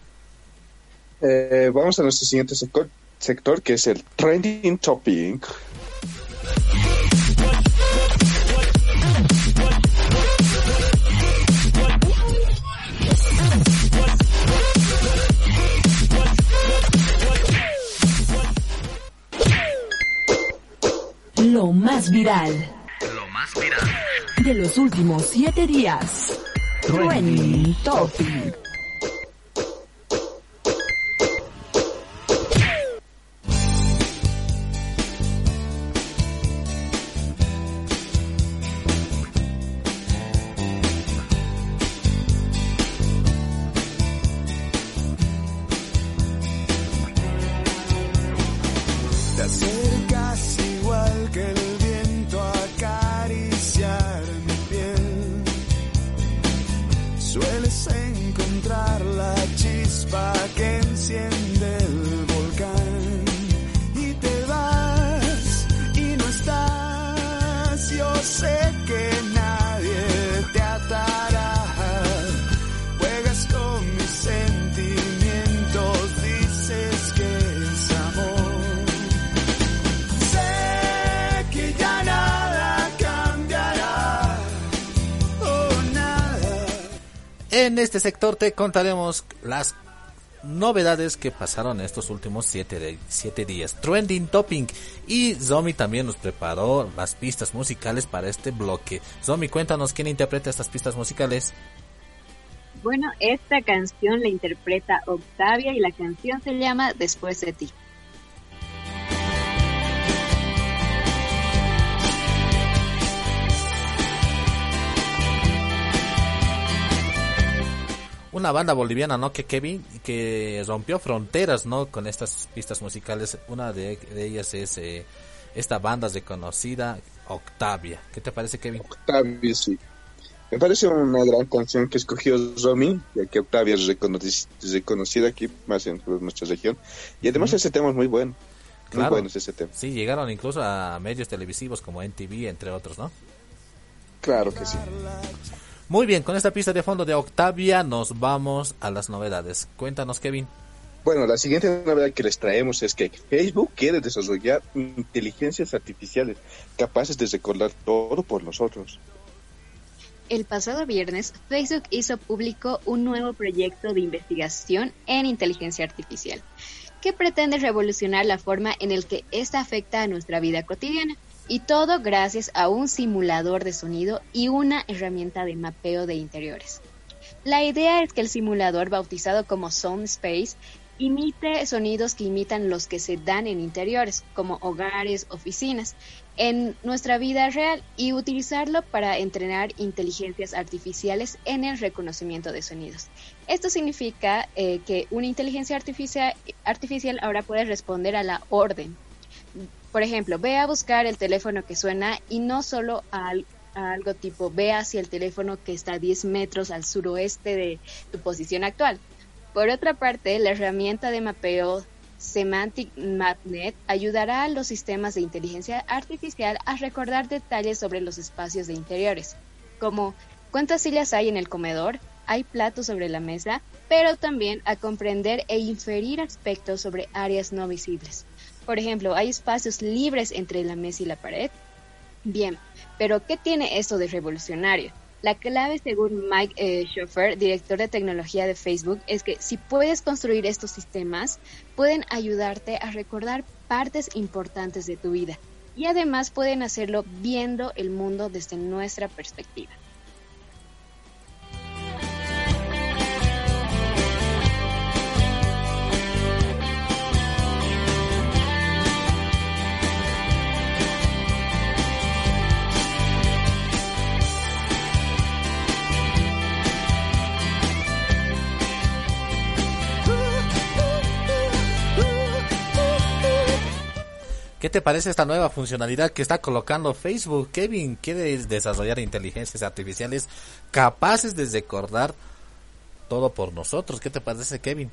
Eh, vamos a nuestro siguiente sector, sector que es el Trending Topic. Lo más viral. Lo más viral. De los últimos siete días. Trending Topic. En este sector te contaremos las novedades que pasaron en estos últimos siete, de, siete días. Trending Topic. Y Zomi también nos preparó las pistas musicales para este bloque. Zomi, cuéntanos quién interpreta estas pistas musicales. Bueno, esta canción la interpreta Octavia y la canción se llama Después de ti. una banda boliviana, ¿no? Que Kevin, que rompió fronteras, ¿no? Con estas pistas musicales. Una de, de ellas es eh, esta banda reconocida, Octavia. ¿Qué te parece, Kevin? Octavia, sí. Me parece una gran canción que escogió Romy, ya que Octavia es reconoci- reconocida aquí, más en nuestra región. Y además uh-huh. ese tema es muy bueno. Muy claro. bueno es ese tema. Sí, llegaron incluso a medios televisivos como M T V, entre otros, ¿no? Claro que sí. Muy bien, con esta pista de fondo de Octavia nos vamos a las novedades. Cuéntanos, Kevin. Bueno, la siguiente novedad que les traemos es que Facebook quiere desarrollar inteligencias artificiales capaces de recordar todo por nosotros. El pasado viernes, Facebook hizo público un nuevo proyecto de investigación en inteligencia artificial, que pretende revolucionar la forma en la que esta afecta a nuestra vida cotidiana, y todo gracias a un simulador de sonido y una herramienta de mapeo de interiores. La idea es que el simulador, bautizado como SoundSpace, imite sonidos que imitan los que se dan en interiores, como hogares, oficinas, en nuestra vida real, y utilizarlo para entrenar inteligencias artificiales en el reconocimiento de sonidos. Esto significa eh, que una inteligencia artificial, artificial ahora puede responder a la orden. Por ejemplo, ve a buscar el teléfono que suena y no solo a, a algo tipo ve hacia el teléfono que está a diez metros al suroeste de tu posición actual. Por otra parte, la herramienta de mapeo Semantic MapNet ayudará a los sistemas de inteligencia artificial a recordar detalles sobre los espacios de interiores, como cuántas sillas hay en el comedor, hay platos sobre la mesa, pero también a comprender e inferir aspectos sobre áreas no visibles. Por ejemplo, ¿hay espacios libres entre la mesa y la pared? Bien, pero ¿qué tiene esto de revolucionario? La clave, según Mike eh, Schoffer, director de tecnología de Facebook, es que si puedes construir estos sistemas, pueden ayudarte a recordar partes importantes de tu vida y además pueden hacerlo viendo el mundo desde nuestra perspectiva. ¿Qué te parece esta nueva funcionalidad que está colocando Facebook? Kevin quiere desarrollar inteligencias artificiales capaces de recordar todo por nosotros. ¿Qué te parece, Kevin?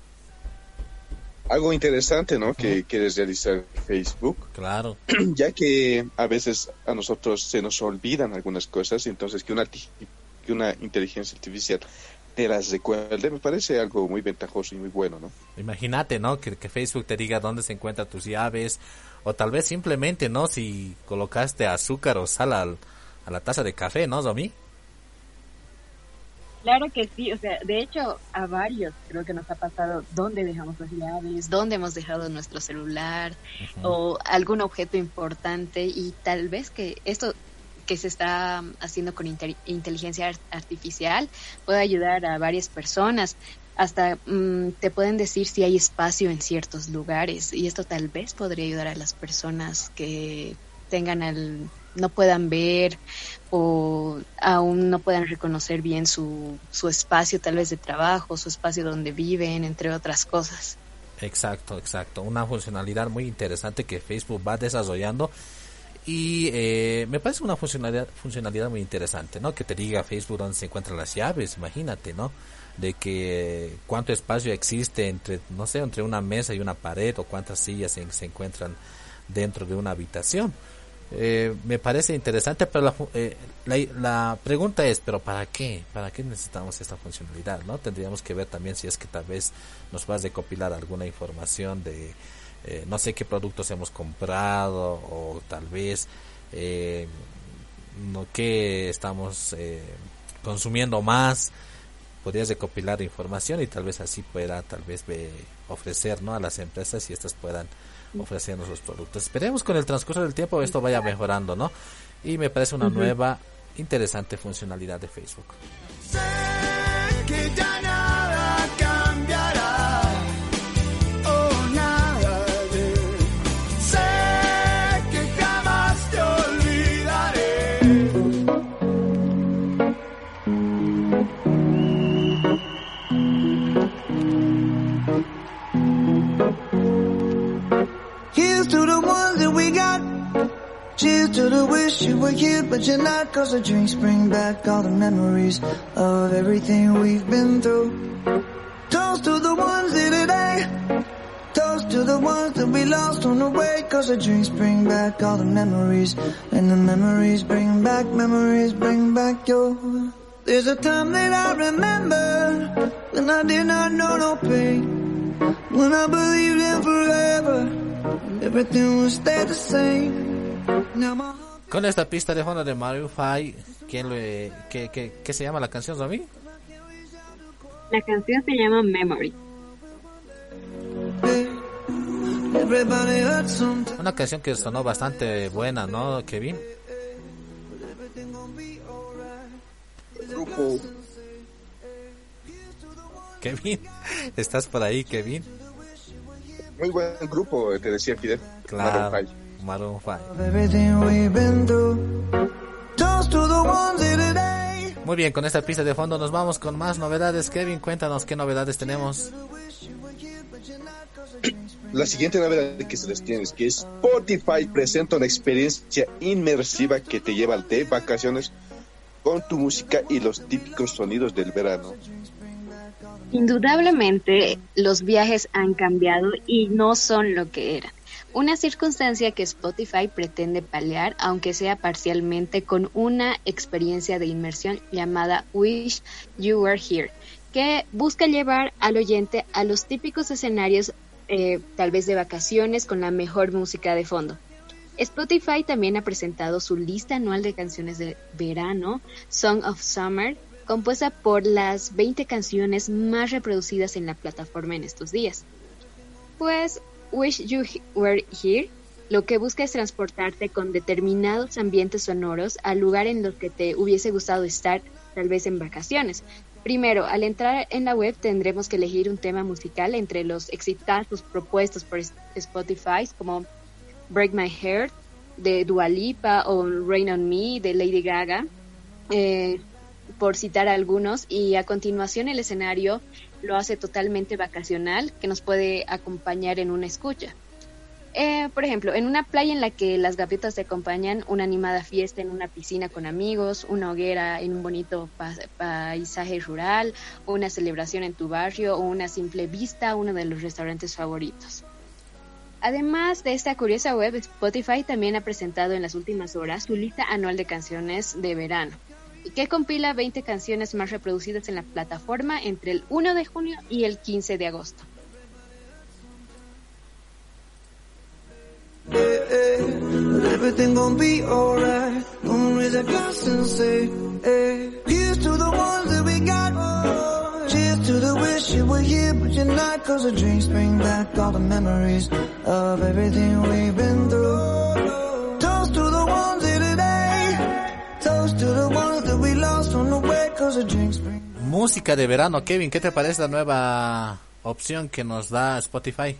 Algo interesante, ¿no? Que uh-huh. quiere realizar Facebook. Claro. Ya que a veces a nosotros se nos olvidan algunas cosas, entonces que una, que una inteligencia artificial te las recuerde, me parece algo muy ventajoso y muy bueno, ¿no? Imagínate, ¿no? Que, que Facebook te diga dónde se encuentran tus llaves, o tal vez simplemente, ¿no? Si colocaste azúcar o sal al, a la taza de café, ¿no, Domi? Claro que sí, o sea, de hecho a varios creo que nos ha pasado dónde dejamos las llaves, dónde hemos dejado nuestro celular uh-huh. o algún objeto importante, y tal vez que esto que se está haciendo con inter- inteligencia artificial puede ayudar a varias personas. Hasta mmm, te pueden decir si hay espacio en ciertos lugares, y esto tal vez podría ayudar a las personas que tengan el, no puedan ver o aún no puedan reconocer bien su, su espacio tal vez de trabajo, su espacio donde viven, entre otras cosas. Exacto, exacto. Una funcionalidad muy interesante que Facebook va desarrollando. Y eh, me parece una funcionalidad funcionalidad muy interesante, ¿no? Que te diga Facebook dónde se encuentran las llaves, imagínate, ¿no? De que eh, cuánto espacio existe entre, no sé, entre una mesa y una pared, o cuántas sillas se, se encuentran dentro de una habitación. Eh, me parece interesante, pero la, eh, la, la pregunta es, ¿pero para qué? ¿Para qué necesitamos esta funcionalidad, no? Tendríamos que ver también si es que tal vez nos vas a recopilar alguna información de... Eh, no sé qué productos hemos comprado, o tal vez eh, no qué estamos eh, consumiendo más. Podrías recopilar información y tal vez así pueda tal vez ve, ofrecer, ¿no? a las empresas, y estas puedan ofrecernos los productos. Esperemos con el transcurso del tiempo esto vaya mejorando, ¿no? Y me parece una uh-huh. nueva interesante funcionalidad de Facebook. Sé que ya nada cambiará. Cheers to the wish you were here, but you're not. Cause the drinks bring back all the memories of everything we've been through. Toast to the ones here today. Toast to the ones that we lost on the way. Cause the drinks bring back all the memories. And the memories bring back, memories bring back your... There's a time that I remember when I did not know no pain. When I believed in forever and everything would stay the same. Now my... Con esta pista de fondo de Maroon five, ¿quién le, qué, qué, ¿qué se llama la canción, Zombie? La canción se llama Memory. Una canción que sonó bastante buena, ¿no, Kevin? Grupo. Kevin, ¿estás por ahí, Kevin? Muy buen grupo, te decía Fidel. Claro, Maroon five. Maroon five. Everything we've been through. Toast to the ones here today. Muy bien, con esta pista de fondo nos vamos con más novedades. Kevin, cuéntanos qué novedades tenemos. La siguiente novedad que se les tiene es que Spotify presenta una experiencia inmersiva que te lleva de vacaciones con tu música y los típicos sonidos del verano. Indudablemente, los viajes han cambiado y no son lo que eran. Una circunstancia que Spotify pretende paliar, aunque sea parcialmente, con una experiencia de inmersión llamada Wish You Were Here, que busca llevar al oyente a los típicos escenarios, eh, tal vez de vacaciones, con la mejor música de fondo. Spotify también ha presentado su lista anual de canciones de verano, Song of Summer, compuesta por las veinte canciones más reproducidas en la plataforma en estos días. Pues Wish You Were Here lo que busca es transportarte con determinados ambientes sonoros al lugar en los que te hubiese gustado estar, tal vez en vacaciones. Primero, al entrar en la web tendremos que elegir un tema musical entre los exitazos propuestos por Spotify, como Break My Heart de Dua Lipa o Rain on Me de Lady Gaga, eh, por citar algunos, y a continuación el escenario lo hace totalmente vacacional, que nos puede acompañar en una escucha. Eh, por ejemplo, en una playa en la que las gaviotas te acompañan, una animada fiesta en una piscina con amigos, una hoguera en un bonito pa- paisaje rural, una celebración en tu barrio o una simple vista a uno de los restaurantes favoritos. Además de esta curiosa web, Spotify también ha presentado en las últimas horas su lista anual de canciones de verano, que compila veinte canciones más reproducidas en la plataforma entre el primero de junio y el quince de agosto. Hey, hey, everything gon' be alright. Gonna raise a glass and say, hey, here's to the ones that we got. Cheers to the wish you were here, but you're not. Cause the drinks bring back all the memories of everything we've been through. Toast to the ones here today. Toast to the ones that we lost on the way. Cause the drinks bring... Música de verano, Kevin, ¿qué te parece la nueva opción que nos da Spotify?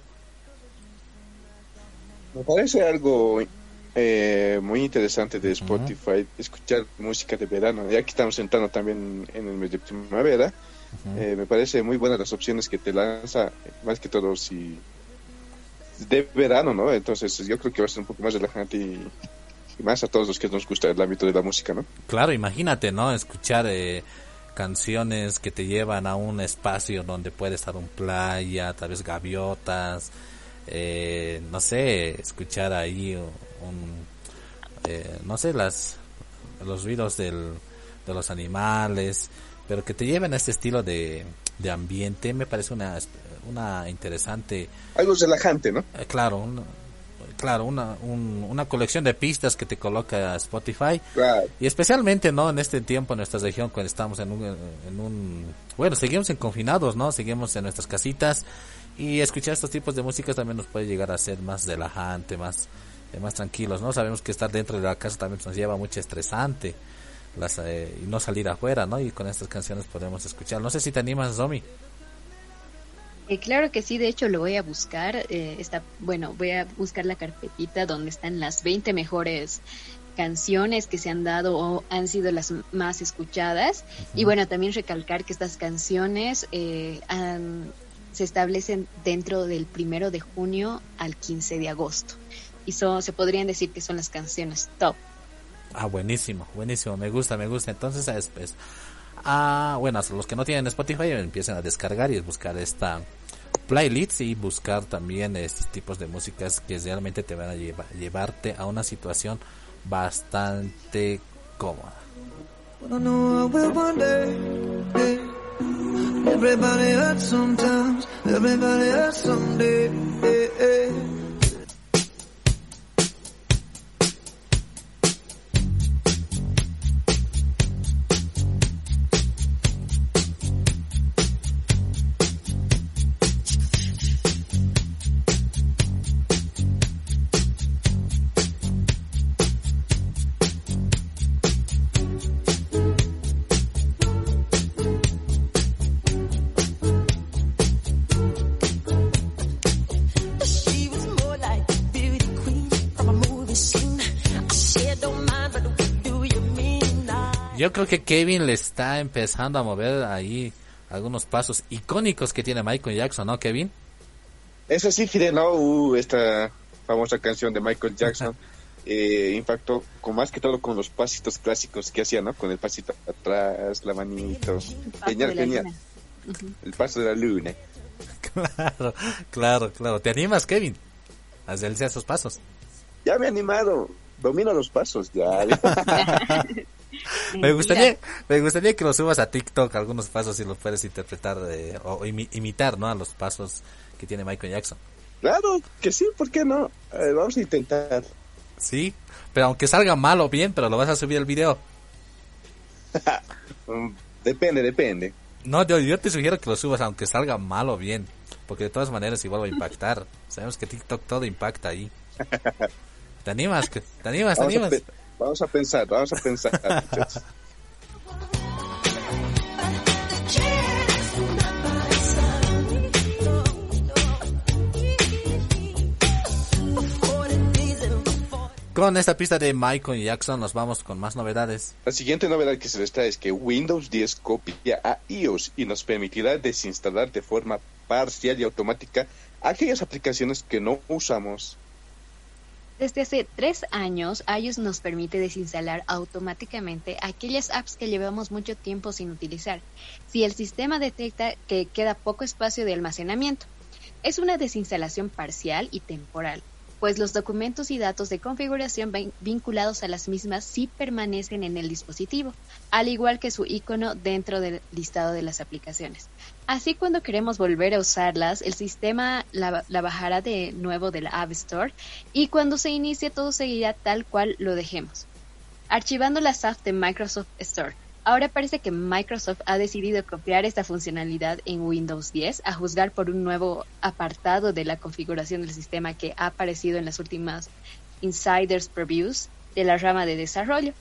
Me parece algo eh, muy interesante de Spotify, uh-huh. escuchar música de verano. Ya que estamos entrando también en el mes de primavera, uh-huh. eh, me parece muy buenas las opciones que te lanza, más que todo si de verano, ¿no? Entonces yo creo que va a ser un poco más relajante y, y más a todos los que nos gusta el ámbito de la música, ¿no? Claro, imagínate, ¿no? Escuchar eh, canciones que te llevan a un espacio donde puede estar un playa, tal vez gaviotas. Eh, no sé, escuchar ahí un, eh, no sé, las los ruidos del, de los animales, pero que te lleven a este estilo de, de ambiente, me parece una una interesante, algo relajante, ¿no? Eh, claro, un, claro, una un, una colección de pistas que te coloca Spotify, claro. Y especialmente, ¿no? En este tiempo en nuestra región, cuando estamos en un, en un, bueno, seguimos en confinados, ¿no? Seguimos en nuestras casitas. Y escuchar estos tipos de música también nos puede llegar a ser más relajante, más eh, más tranquilos, ¿no? Sabemos que estar dentro de la casa también nos lleva mucho estresante, las, eh, y no salir afuera, ¿no? Y con estas canciones podemos escuchar. No sé si te animas, Zomi. Eh, claro que sí, de hecho lo voy a buscar. Eh, está, bueno, voy a buscar la carpetita donde están las veinte mejores canciones que se han dado o han sido las más escuchadas. Uh-huh. Y bueno, también recalcar que estas canciones eh, han... se establecen dentro del primero de junio al quince de agosto. y son, se podrían decir que son las canciones top. Ah, buenísimo, buenísimo, me gusta, me gusta. Entonces, es, es, ah, bueno, los que no tienen Spotify empiezan a descargar y buscar esta playlist y buscar también estos tipos de músicas que realmente te van a llevar, llevarte a una situación bastante cómoda. Well, I know I will one day, hey. Everybody hurts sometimes, everybody hurts someday, hey, hey. Yo creo que Kevin le está empezando a mover ahí algunos pasos icónicos que tiene Michael Jackson, ¿no, Kevin? Eso sí, Fidel, ¿no? Uh, esta famosa canción de Michael Jackson eh, impactó con más que todo con los pasitos clásicos que hacía, ¿no? Con el pasito atrás, la manito. Genial, genial. Uh-huh. El paso de la luna. Claro, claro, claro. ¿Te animas, Kevin, a hacer esos pasos? Ya me he animado. Domino los pasos, ya. Me gustaría, me gustaría que lo subas a TikTok algunos pasos y los puedes interpretar de, o, o imi, imitar, ¿no? A los pasos que tiene Michael Jackson. Claro que sí, ¿por qué no? Eh, vamos a intentar. Sí, pero aunque salga mal o bien, pero lo vas a subir el video. Depende, depende. No, yo, yo te sugiero que lo subas aunque salga mal o bien, porque de todas maneras igual va a impactar. Sabemos que TikTok todo impacta ahí. ¿Te animas? ¿Te animas? ¿Te vamos animas? A pe- vamos a pensar, vamos a pensar. Con esta pista de Michael Jackson nos vamos con más novedades. La siguiente novedad que se les trae es que Windows diez copia a iOS y nos permitirá desinstalar de forma parcial y automática aquellas aplicaciones que no usamos. Desde hace tres años, iOS nos permite desinstalar automáticamente aquellas apps que llevamos mucho tiempo sin utilizar, si el sistema detecta que queda poco espacio de almacenamiento. Es una desinstalación parcial y temporal, pues los documentos y datos de configuración vinculados a las mismas sí permanecen en el dispositivo, al igual que su icono dentro del listado de las aplicaciones. Así, cuando queremos volver a usarlas, el sistema la, la bajará de nuevo de la App Store y cuando se inicie todo seguirá tal cual lo dejemos. Archivando las apps de Microsoft Store. Ahora parece que Microsoft ha decidido copiar esta funcionalidad en Windows diez, a juzgar por un nuevo apartado de la configuración del sistema que ha aparecido en las últimas Insiders Previews de la rama de desarrollo.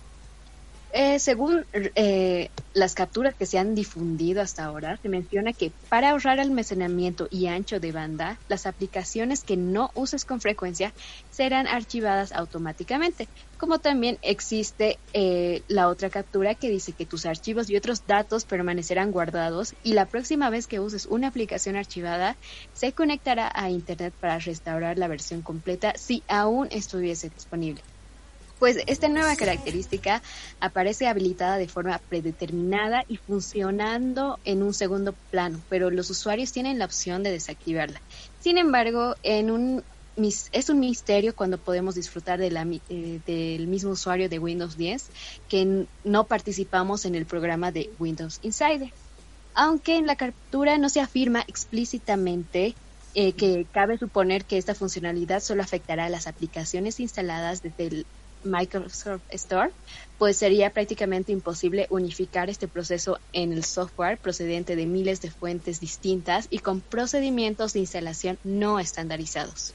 Eh, según eh, las capturas que se han difundido hasta ahora, se menciona que para ahorrar almacenamiento y ancho de banda, las aplicaciones que no uses con frecuencia serán archivadas automáticamente. Como también existe eh, la otra captura que dice que tus archivos y otros datos permanecerán guardados y la próxima vez que uses una aplicación archivada, se conectará a Internet para restaurar la versión completa si aún estuviese disponible. Pues esta nueva característica aparece habilitada de forma predeterminada y funcionando en un segundo plano, pero los usuarios tienen la opción de desactivarla. Sin embargo, en un, es un misterio cuando podemos disfrutar de la, eh, del mismo usuario de Windows diez que no participamos en el programa de Windows Insider. Aunque en la captura no se afirma explícitamente eh, que cabe suponer que esta funcionalidad solo afectará a las aplicaciones instaladas desde el Microsoft Store, pues sería prácticamente imposible unificar este proceso en el software procedente de miles de fuentes distintas y con procedimientos de instalación no estandarizados.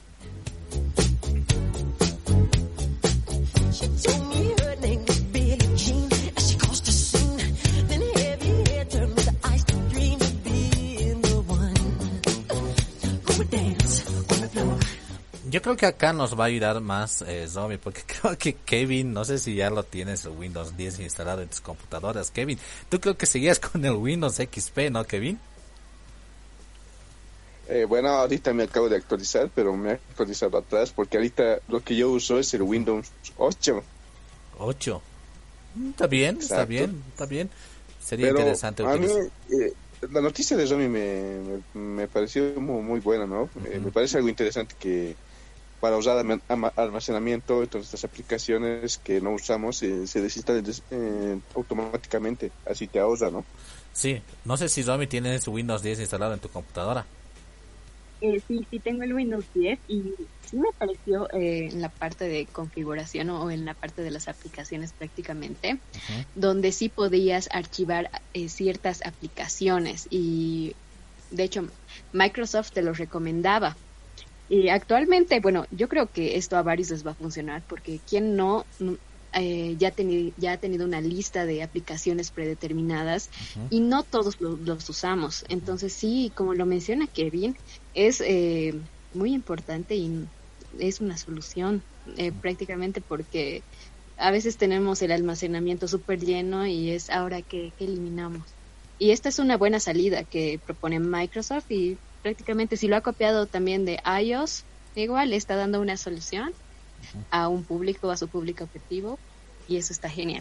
Yo creo que acá nos va a ayudar más eh, Zombie, porque creo que Kevin, no sé si ya lo tienes el Windows diez instalado en tus computadoras. Kevin, tú creo que seguías con el Windows X P, ¿no, Kevin? Eh, bueno, ahorita me acabo de actualizar, pero me he actualizado atrás porque ahorita lo que yo uso es el Windows ocho. ocho. Está bien, Exacto. está bien, está bien. Sería Pero interesante a mí, utilizar. eh, la noticia de Romy me, me, me pareció muy, muy buena, ¿no? Uh-huh. Eh, me parece algo interesante que para usar almacenamiento, entonces estas aplicaciones que no usamos eh, se desinstalan eh, automáticamente, así te ahorra, ¿no? Sí, no sé si Romy tiene su Windows diez instalado en tu computadora. Eh, sí, sí tengo el Windows diez y sí me pareció eh, en la parte de configuración o en la parte de las aplicaciones prácticamente, uh-huh. donde sí podías archivar eh, ciertas aplicaciones y de hecho Microsoft te lo recomendaba. Y actualmente, bueno, yo creo que esto a varios les va a funcionar porque quien no... Eh, ya, teni- ya ha tenido una lista de aplicaciones predeterminadas uh-huh. y no todos lo, los usamos. Entonces sí, como lo menciona Kevin, es eh, muy importante y es una solución eh, uh-huh. prácticamente porque a veces tenemos el almacenamiento súper lleno y es ahora que, que eliminamos. Y esta es una buena salida que propone Microsoft y prácticamente si lo ha copiado también de iOS, igual le está dando una solución a un público, a su público objetivo, y eso está genial.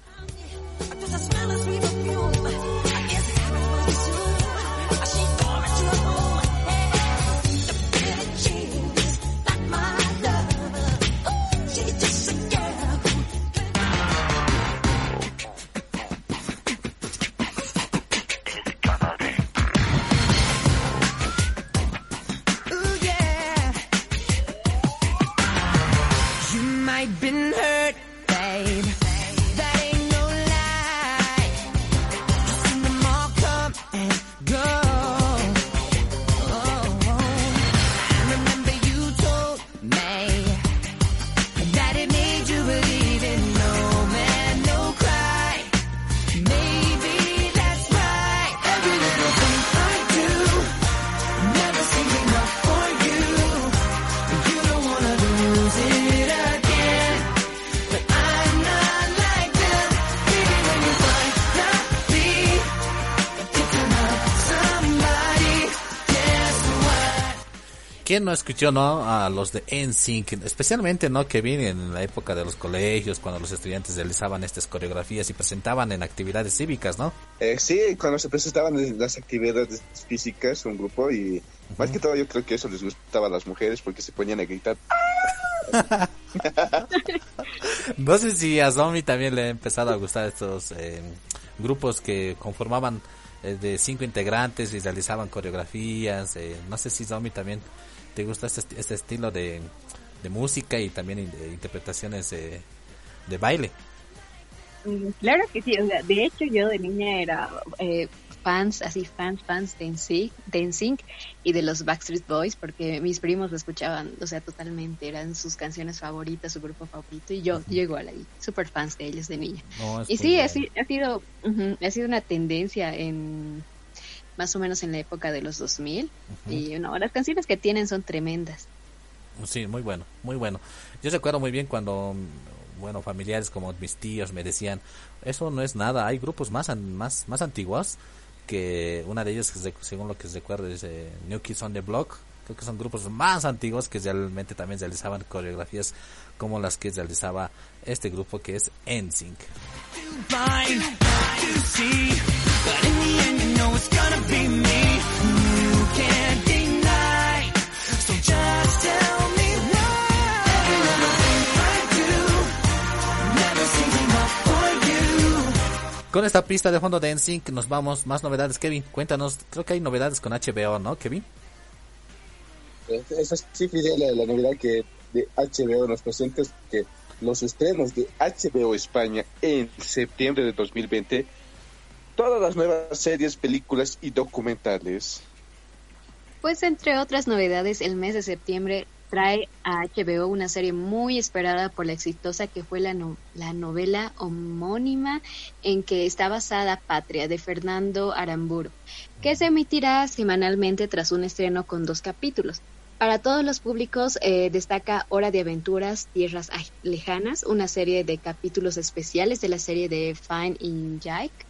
Been hurt, babe. That ain't no lie. I've seen them all come and go. Oh, I remember you told me that it made you believe in no man, no cry. Maybe that's right. Every little thing I do never seems enough for you. You don't wanna lose it again. ¿Quién no escuchó, no, a los de N Sync? Especialmente, ¿no, Kevin? En la época de los colegios, cuando los estudiantes realizaban estas coreografías y presentaban en actividades cívicas, ¿no? Eh, sí, cuando se presentaban en las actividades físicas, un grupo, y uh-huh. más que todo yo creo que eso les gustaba a las mujeres porque se ponían a gritar. No sé si a Zombie también le ha empezado a gustar estos eh, grupos que conformaban eh, de cinco integrantes y realizaban coreografías. Eh, no sé si Zombie también te gusta este, este estilo de, de música y también de interpretaciones de, de baile. Claro que sí, o sea, de hecho yo de niña era eh, fans, así fans, fans de N Sync, de N Sync y de los Backstreet Boys, porque mis primos lo escuchaban, o sea, totalmente, eran sus canciones favoritas, su grupo favorito, y yo, uh-huh. yo igual ahí, súper fans de ellos de niña. No, y sí, ha, ha sido uh-huh, ha sido una tendencia en más o menos en la época de los dos mil, uh-huh. y no, las canciones que tienen son tremendas. Sí, muy bueno, muy bueno. Yo recuerdo muy bien cuando... bueno, familiares como mis tíos me decían, eso no es nada, hay grupos más más más antiguos, que una de ellos, según lo que recuerdo, es eh, New Kids on the Block. Creo que son grupos más antiguos que realmente también realizaban coreografías como las que realizaba este grupo que es N Sync. Con esta pista de fondo de N Sync nos vamos, más novedades. Kevin, cuéntanos, creo que hay novedades con H B O, ¿no, Kevin? Esa sí, Fidel, la, la novedad que de H B O nos presenta es que los estrenos de H B O España en septiembre de dos mil veinte, todas las nuevas series, películas y documentales. Pues entre otras novedades, el mes de septiembre trae a H B O una serie muy esperada por la exitosa que fue la, no, la novela homónima en que está basada Patria, de Fernando Aramburu, que se emitirá semanalmente tras un estreno con dos capítulos. Para todos los públicos eh, destaca Hora de Aventuras, Tierras Lejanas, una serie de capítulos especiales de la serie de Fine in Jack,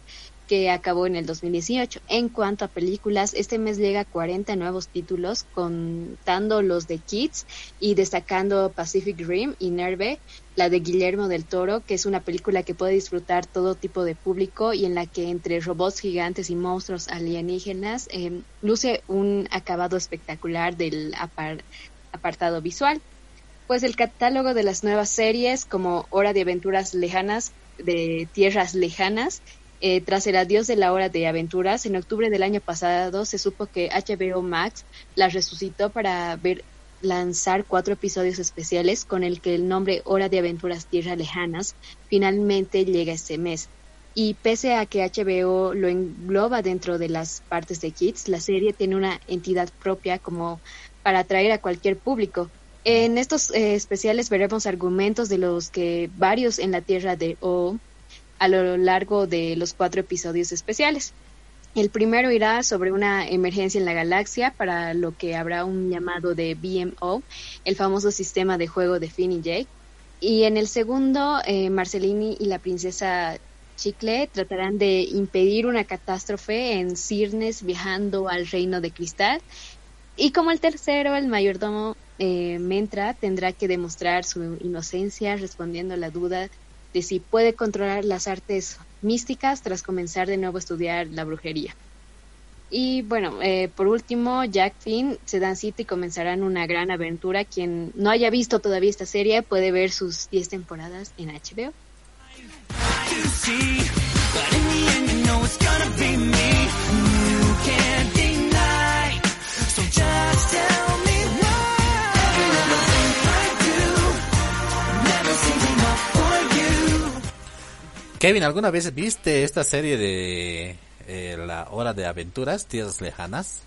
que acabó en el dos mil dieciocho. En cuanto a películas, este mes llega cuarenta nuevos títulos, contando los de Kids y destacando Pacific Rim y Nerve, la de Guillermo del Toro, que es una película que puede disfrutar todo tipo de público y en la que entre robots gigantes y monstruos alienígenas eh, luce un acabado espectacular del apar- apartado visual. Pues el catálogo de las nuevas series como Hora de Aventuras Lejanas, de Tierras Lejanas, Eh, tras el adiós de la Hora de Aventuras, en octubre del año pasado se supo que H B O Max la resucitó para ver lanzar cuatro episodios especiales con el que el nombre Hora de Aventuras Tierras Lejanas finalmente llega este mes. Y pese a que H B O lo engloba dentro de las partes de Kids, la serie tiene una entidad propia como para atraer a cualquier público. En estos eh, especiales veremos argumentos de los que varios en la Tierra de O a lo largo de los cuatro episodios especiales. El primero irá sobre una emergencia en la galaxia, para lo que habrá un llamado de B M O, el famoso sistema de juego de Finn y Jake. Y en el segundo, eh, Marceline y la princesa Chicle tratarán de impedir una catástrofe en Ciernes viajando al reino de cristal. Y como el tercero, el mayordomo eh, Mentra tendrá que demostrar su inocencia respondiendo a la duda de si puede controlar las artes místicas tras comenzar de nuevo a estudiar la brujería. Y bueno, eh, por último, Jack Finn se dan cita y comenzarán una gran aventura. Quien no haya visto todavía esta serie puede ver sus diez temporadas en H B O. Kevin, ¿alguna vez viste esta serie de eh, La Hora de Aventuras, Tierras Lejanas?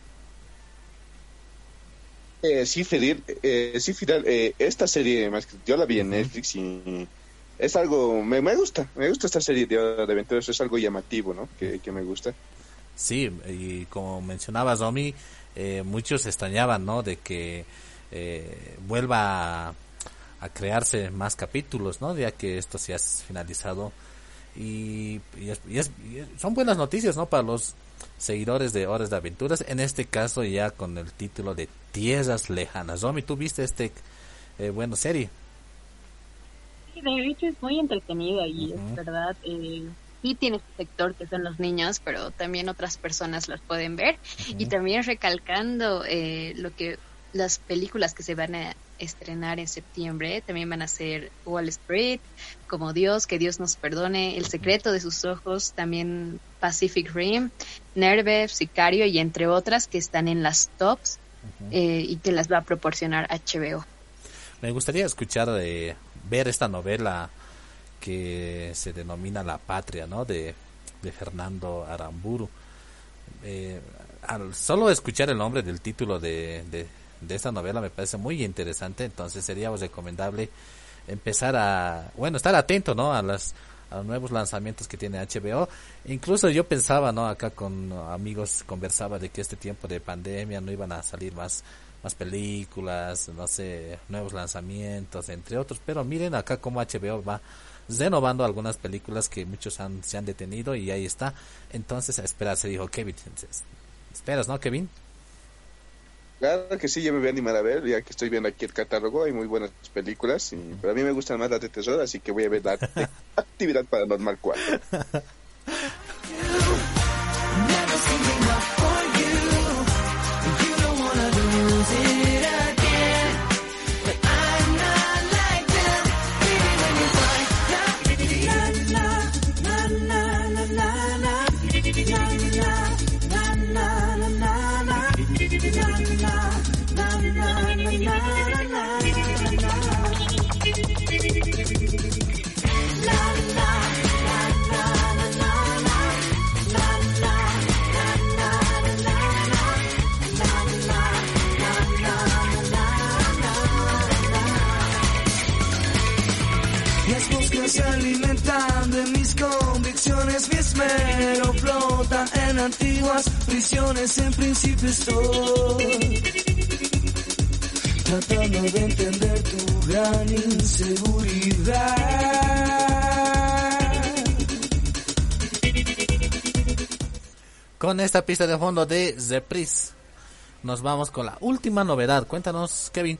Eh, sí, Fidel, eh, sí, Fidel, eh, esta serie, más que yo la vi en Netflix y es algo, me, me gusta, me gusta esta serie de Hora de Aventuras, es algo llamativo, ¿no? Que, que me gusta. Sí, y como mencionabas, Omi, eh, muchos extrañaban, ¿no? De que eh, vuelva a, a crearse más capítulos, ¿no? Ya que esto se ha finalizado. Y, y, es, y, es, y es, son buenas noticias, ¿no? Para los seguidores de Horas de Aventuras, en este caso ya con el título de Tierras Lejanas. Romy, ¿tú viste este eh, buena serie? Sí, de hecho es muy entretenida y uh-huh. es verdad, eh, sí tiene este sector que son los niños, pero también otras personas las pueden ver. Uh-huh. Y también recalcando eh, lo que las películas que se van a estrenar en septiembre, también van a ser Wall Street, Como Dios, Que Dios nos perdone, El secreto de sus ojos, también Pacific Rim, Nerve, Sicario y entre otras que están en las tops uh-huh. eh, y que las va a proporcionar H B O. Me gustaría escuchar, eh, ver esta novela que se denomina La Patria, ¿no? De, de Fernando Aramburu. Eh, al solo escuchar el nombre del título de, de de esta novela me parece muy interesante, entonces sería recomendable empezar a, bueno, estar atento, ¿no? A las a los nuevos lanzamientos que tiene H B O. Incluso yo pensaba, ¿no? Acá con amigos conversaba de que este tiempo de pandemia no iban a salir más más películas, no sé, nuevos lanzamientos, entre otros, pero miren acá cómo H B O va renovando algunas películas que muchos han, se han detenido y ahí está. Entonces a esperar, se dijo Kevin. Entonces, esperas, ¿no, Kevin? Claro que sí, yo me voy a animar a ver, ya que estoy viendo aquí el catálogo, hay muy buenas películas, y, pero a mí me gustan más las de terror, así que voy a ver la de Actividad Paranormal cuatro. Se alimentan de mis convicciones, mi esmero flota en antiguas prisiones. En principio estoy tratando de entender tu gran inseguridad. Con esta pista de fondo de The Priest, nos vamos con la última novedad. Cuéntanos, Kevin.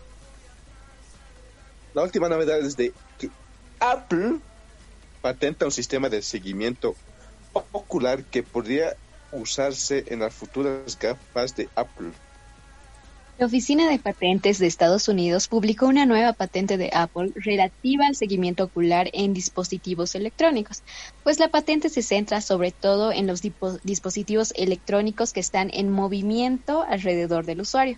La última novedad es de que Apple patenta un sistema de seguimiento ocular que podría usarse en las futuras gafas de Apple. La Oficina de Patentes de Estados Unidos publicó una nueva patente de Apple relativa al seguimiento ocular en dispositivos electrónicos, pues la patente se centra sobre todo en los dipo- dispositivos electrónicos que están en movimiento alrededor del usuario,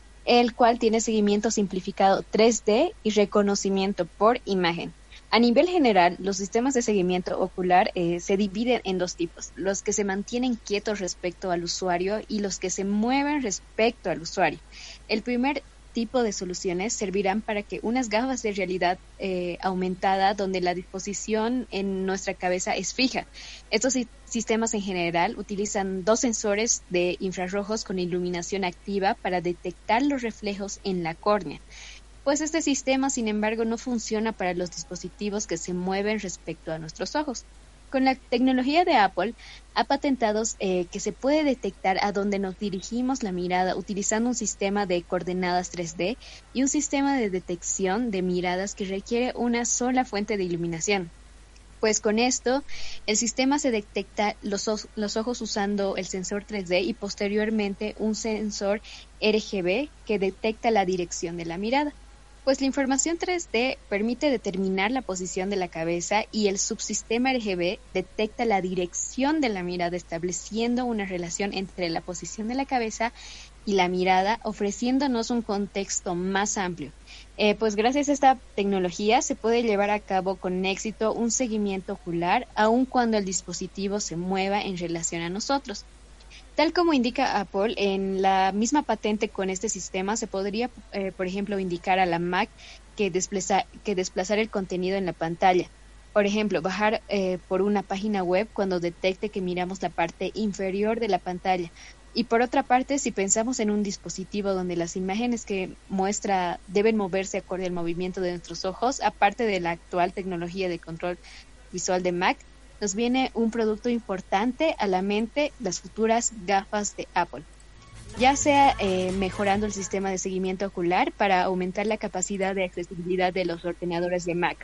el cual tiene seguimiento simplificado tres D y reconocimiento por imagen. A nivel general, los sistemas de seguimiento ocular eh, se dividen en dos tipos: los que se mantienen quietos respecto al usuario y los que se mueven respecto al usuario. El primer tipo de soluciones servirán para que unas gafas de realidad eh, aumentada donde la disposición en nuestra cabeza es fija. Estos si- sistemas en general utilizan dos sensores de infrarrojos con iluminación activa para detectar los reflejos en la córnea. Pues este sistema, sin embargo, no funciona para los dispositivos que se mueven respecto a nuestros ojos. Con la tecnología de Apple, ha patentado eh, que se puede detectar a dónde nos dirigimos la mirada utilizando un sistema de coordenadas tres D y un sistema de detección de miradas que requiere una sola fuente de iluminación. Pues con esto, el sistema se detecta los, o- los ojos usando el sensor tres D y posteriormente un sensor R G B que detecta la dirección de la mirada. Pues la información tres D permite determinar la posición de la cabeza y el subsistema R G B detecta la dirección de la mirada, estableciendo una relación entre la posición de la cabeza y la mirada, ofreciéndonos un contexto más amplio. Eh, pues gracias a esta tecnología se puede llevar a cabo con éxito un seguimiento ocular, aun cuando el dispositivo se mueva en relación a nosotros. Tal como indica Apple, en la misma patente con este sistema se podría, eh, por ejemplo, indicar a la Mac que, desplaza, que desplazar el contenido en la pantalla. Por ejemplo, bajar eh, por una página web cuando detecte que miramos la parte inferior de la pantalla. Y por otra parte, si pensamos en un dispositivo donde las imágenes que muestra deben moverse acorde al movimiento de nuestros ojos, aparte de la actual tecnología de control visual de Mac, nos viene un producto importante a la mente: las futuras gafas de Apple. Ya sea eh, mejorando el sistema de seguimiento ocular para aumentar la capacidad de accesibilidad de los ordenadores de Mac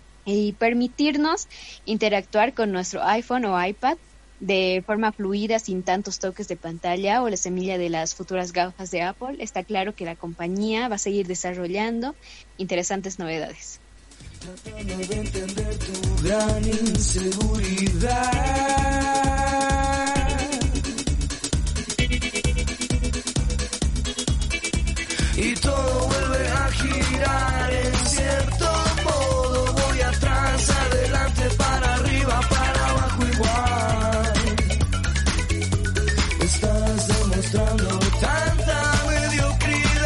y permitirnos interactuar con nuestro iPhone o iPad de forma fluida sin tantos toques de pantalla, o la semilla de las futuras gafas de Apple, está claro que la compañía va a seguir desarrollando interesantes novedades. Tratando de entender tu gran inseguridad. Y todo vuelve a girar en cierto modo. Voy atrás, adelante, para arriba, para abajo igual. Estás demostrando tanta mediocridad.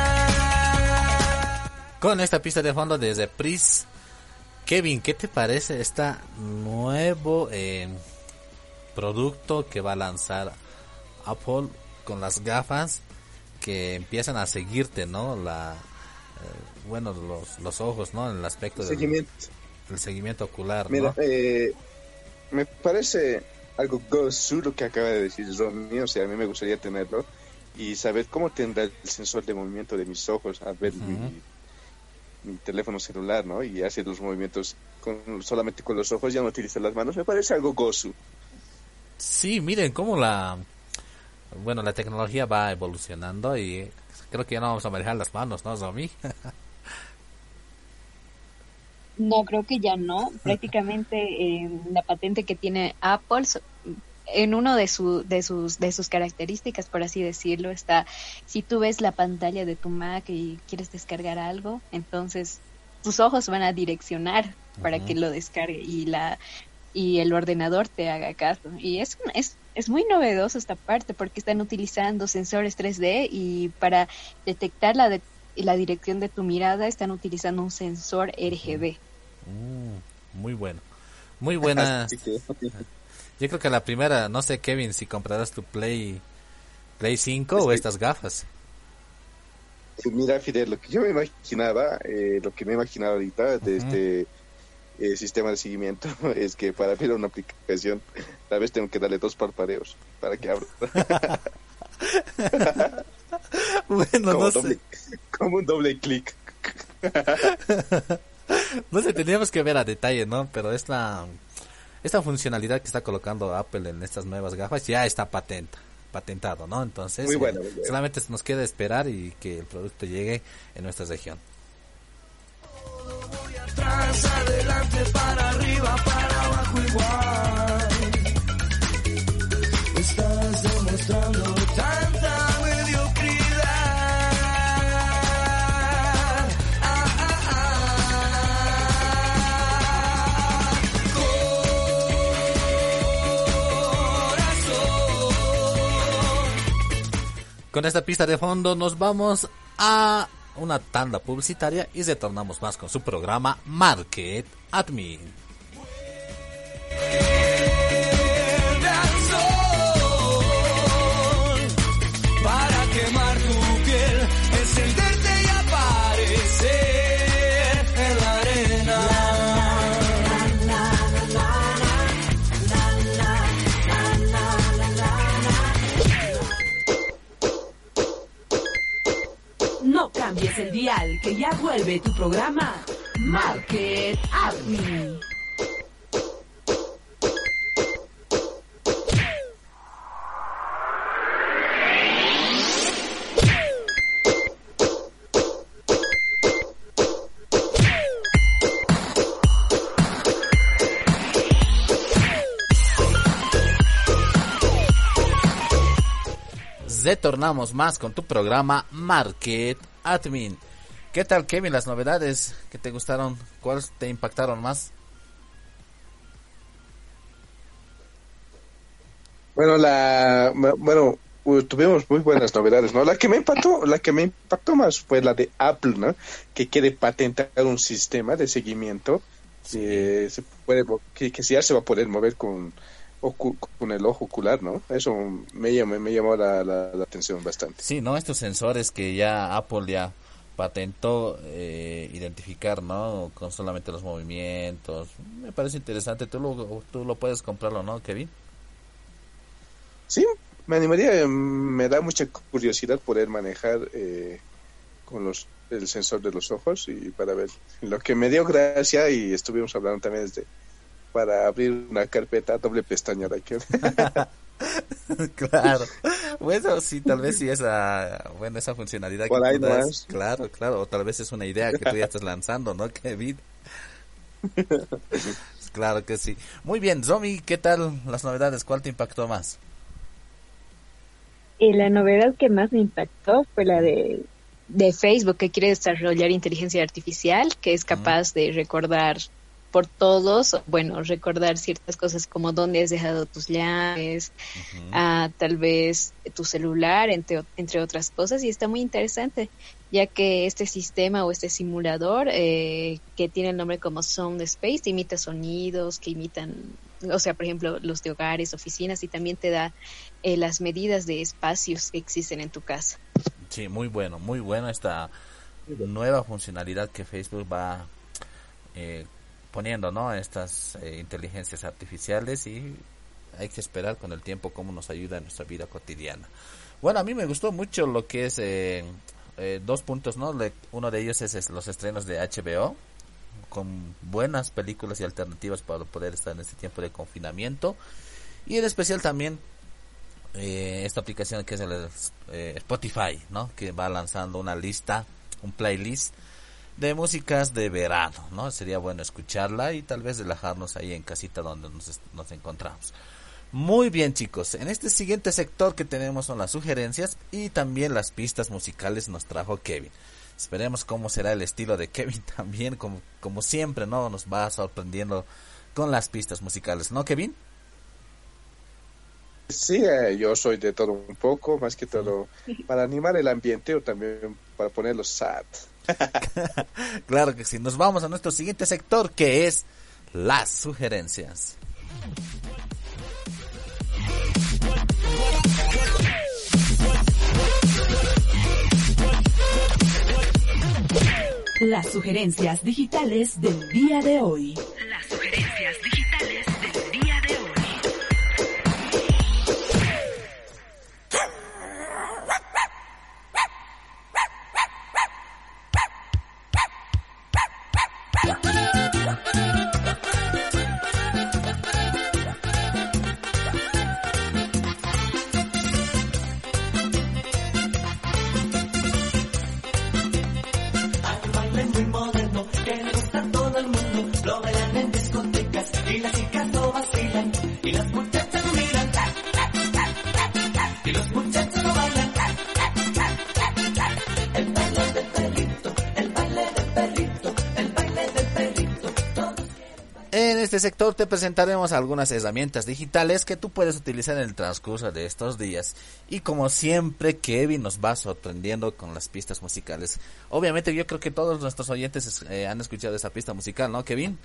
Con esta pista de fondo de The Priest, Kevin, ¿qué te parece este nuevo eh, producto que va a lanzar Apple con las gafas que empiezan a seguirte, ¿no? La, eh, bueno, los, los ojos, ¿no? En el aspecto del Seguimiento. del seguimiento ocular, Mira, ¿no? eh, me parece algo gozu lo que acaba de decir Romy. O sea, a mí me gustaría tenerlo y saber cómo tendrá el sensor de movimiento de mis ojos al ver Uh-huh. mi, mi teléfono celular, ¿no? Y hacer los movimientos con, solamente con los ojos, ya no utilizar las manos. Me parece algo gozu. Sí, miren cómo la, bueno, la tecnología va evolucionando y creo que ya no vamos a manejar las manos, ¿no, Romy? No, creo que ya no. Prácticamente eh, la patente que tiene Apple, so- en uno de, su, de, sus, de sus características, por así decirlo, está: si tú ves la pantalla de tu Mac y quieres descargar algo, entonces tus ojos van a direccionar para Ujú. que lo descargue y la y el ordenador te haga caso. Y es, es, es muy novedoso esta parte, porque están utilizando sensores tres D y para detectar la, de, la dirección de tu mirada están utilizando un sensor R G B. Mm, muy bueno. Muy buena. Así que, Yo creo que la primera, no sé, Kevin, si comprarás tu Play Play cinco Es o que- estas gafas. mira, Fidel, lo que yo me imaginaba, eh, lo que me he imaginado ahorita, desde eh, sistema de seguimiento es que para abrir una aplicación, tal vez tengo que darle dos parpadeos para que abra. Bueno, como, no doble, sé. como un doble clic. No sé, tendríamos que ver a detalle, ¿no? Pero esta, esta funcionalidad que está colocando Apple en estas nuevas gafas ya está patenta, patentado, ¿no? Entonces, muy bueno, eh, muy bueno. solamente nos queda esperar y que el producto llegue en nuestra región. Voy atrás, adelante, para arriba, para abajo igual. Estás demostrando tanta mediocridad. Ah, ah, ah. Corazón. Con esta pista de fondo nos vamos a una tanda publicitaria y retornamos más con su programa Market Admin. Para quemar tu piel, encenderte y aparecer en la arena. No cambies el dial, que ya vuelve tu programa Market Admin. Retornamos más con tu programa Market Admin. ¿Qué tal, Kevin? Las novedades que te gustaron, ¿cuáles te impactaron más? Bueno, la bueno uh, tuvimos muy buenas novedades, ¿no? La que me impactó, la que me impactó más fue la de Apple, ¿no? Que quiere patentar un sistema de seguimiento sí. que se puede que, que ya se va a poder mover con Ocu- con el ojo ocular, ¿no? Eso me llamó, me llamó la, la, la atención bastante. Sí, ¿no? Estos sensores que ya Apple ya patentó eh, identificar, ¿no? Con solamente los movimientos. Me parece interesante. Tú lo, tú lo puedes comprarlo, ¿no, Kevin? Sí, me animaría. Me da mucha curiosidad poder manejar eh, con los el sensor de los ojos y para ver. Lo que me dio gracia, y estuvimos hablando también es de para abrir una carpeta doble pestaña. Claro. Bueno, sí, tal vez sí esa, bueno, esa funcionalidad por que ahí tú das, más. Claro, claro, o tal vez es una idea que tú ya estás lanzando, ¿no, Kevin? Claro que sí. Muy bien, Romy, ¿qué tal las novedades? ¿Cuál te impactó más? Y la novedad que más me impactó fue la de, de Facebook, que quiere desarrollar inteligencia artificial, que es capaz de recordar por todos, bueno, recordar ciertas cosas como dónde has dejado tus llaves, uh-huh. uh, tal vez tu celular, entre, entre otras cosas, y está muy interesante, ya que este sistema o este simulador eh, que tiene el nombre como Sound Space, imita sonidos que imitan, o sea, por ejemplo, los de hogares, oficinas, y también te da eh, las medidas de espacios que existen en tu casa. Sí, muy bueno, muy bueno esta nueva funcionalidad que Facebook va eh, poniendo, ¿no? Estas eh, inteligencias artificiales, y hay que esperar con el tiempo cómo nos ayuda en nuestra vida cotidiana. Bueno, a mí me gustó mucho lo que es eh, eh, dos puntos, ¿no? Le, uno de ellos es, es los estrenos de H B O, con buenas películas y alternativas para poder estar en este tiempo de confinamiento, y en especial también eh, esta aplicación que es el eh, Spotify, ¿no? Que va lanzando una lista, un playlist de músicas de verano, ¿no? Sería bueno escucharla y tal vez relajarnos ahí en casita donde nos, nos encontramos. Muy bien, chicos, en este siguiente sector que tenemos son las sugerencias y también las pistas musicales nos trajo Kevin. Esperemos cómo será el estilo de Kevin también, como, como siempre, ¿no? Nos va sorprendiendo con las pistas musicales, ¿no, Kevin? Sí, eh, yo soy de todo un poco, más que todo para animar el ambiente o también para ponerlo sad. Claro que sí. Nos vamos a nuestro siguiente sector, que es las sugerencias. Las sugerencias digitales del día de hoy. En este sector te presentaremos algunas herramientas digitales que tú puedes utilizar en el transcurso de estos días. Y como siempre, Kevin nos va sorprendiendo con las pistas musicales. Obviamente yo creo que todos nuestros oyentes eh, han escuchado esa pista musical, ¿no, Kevin?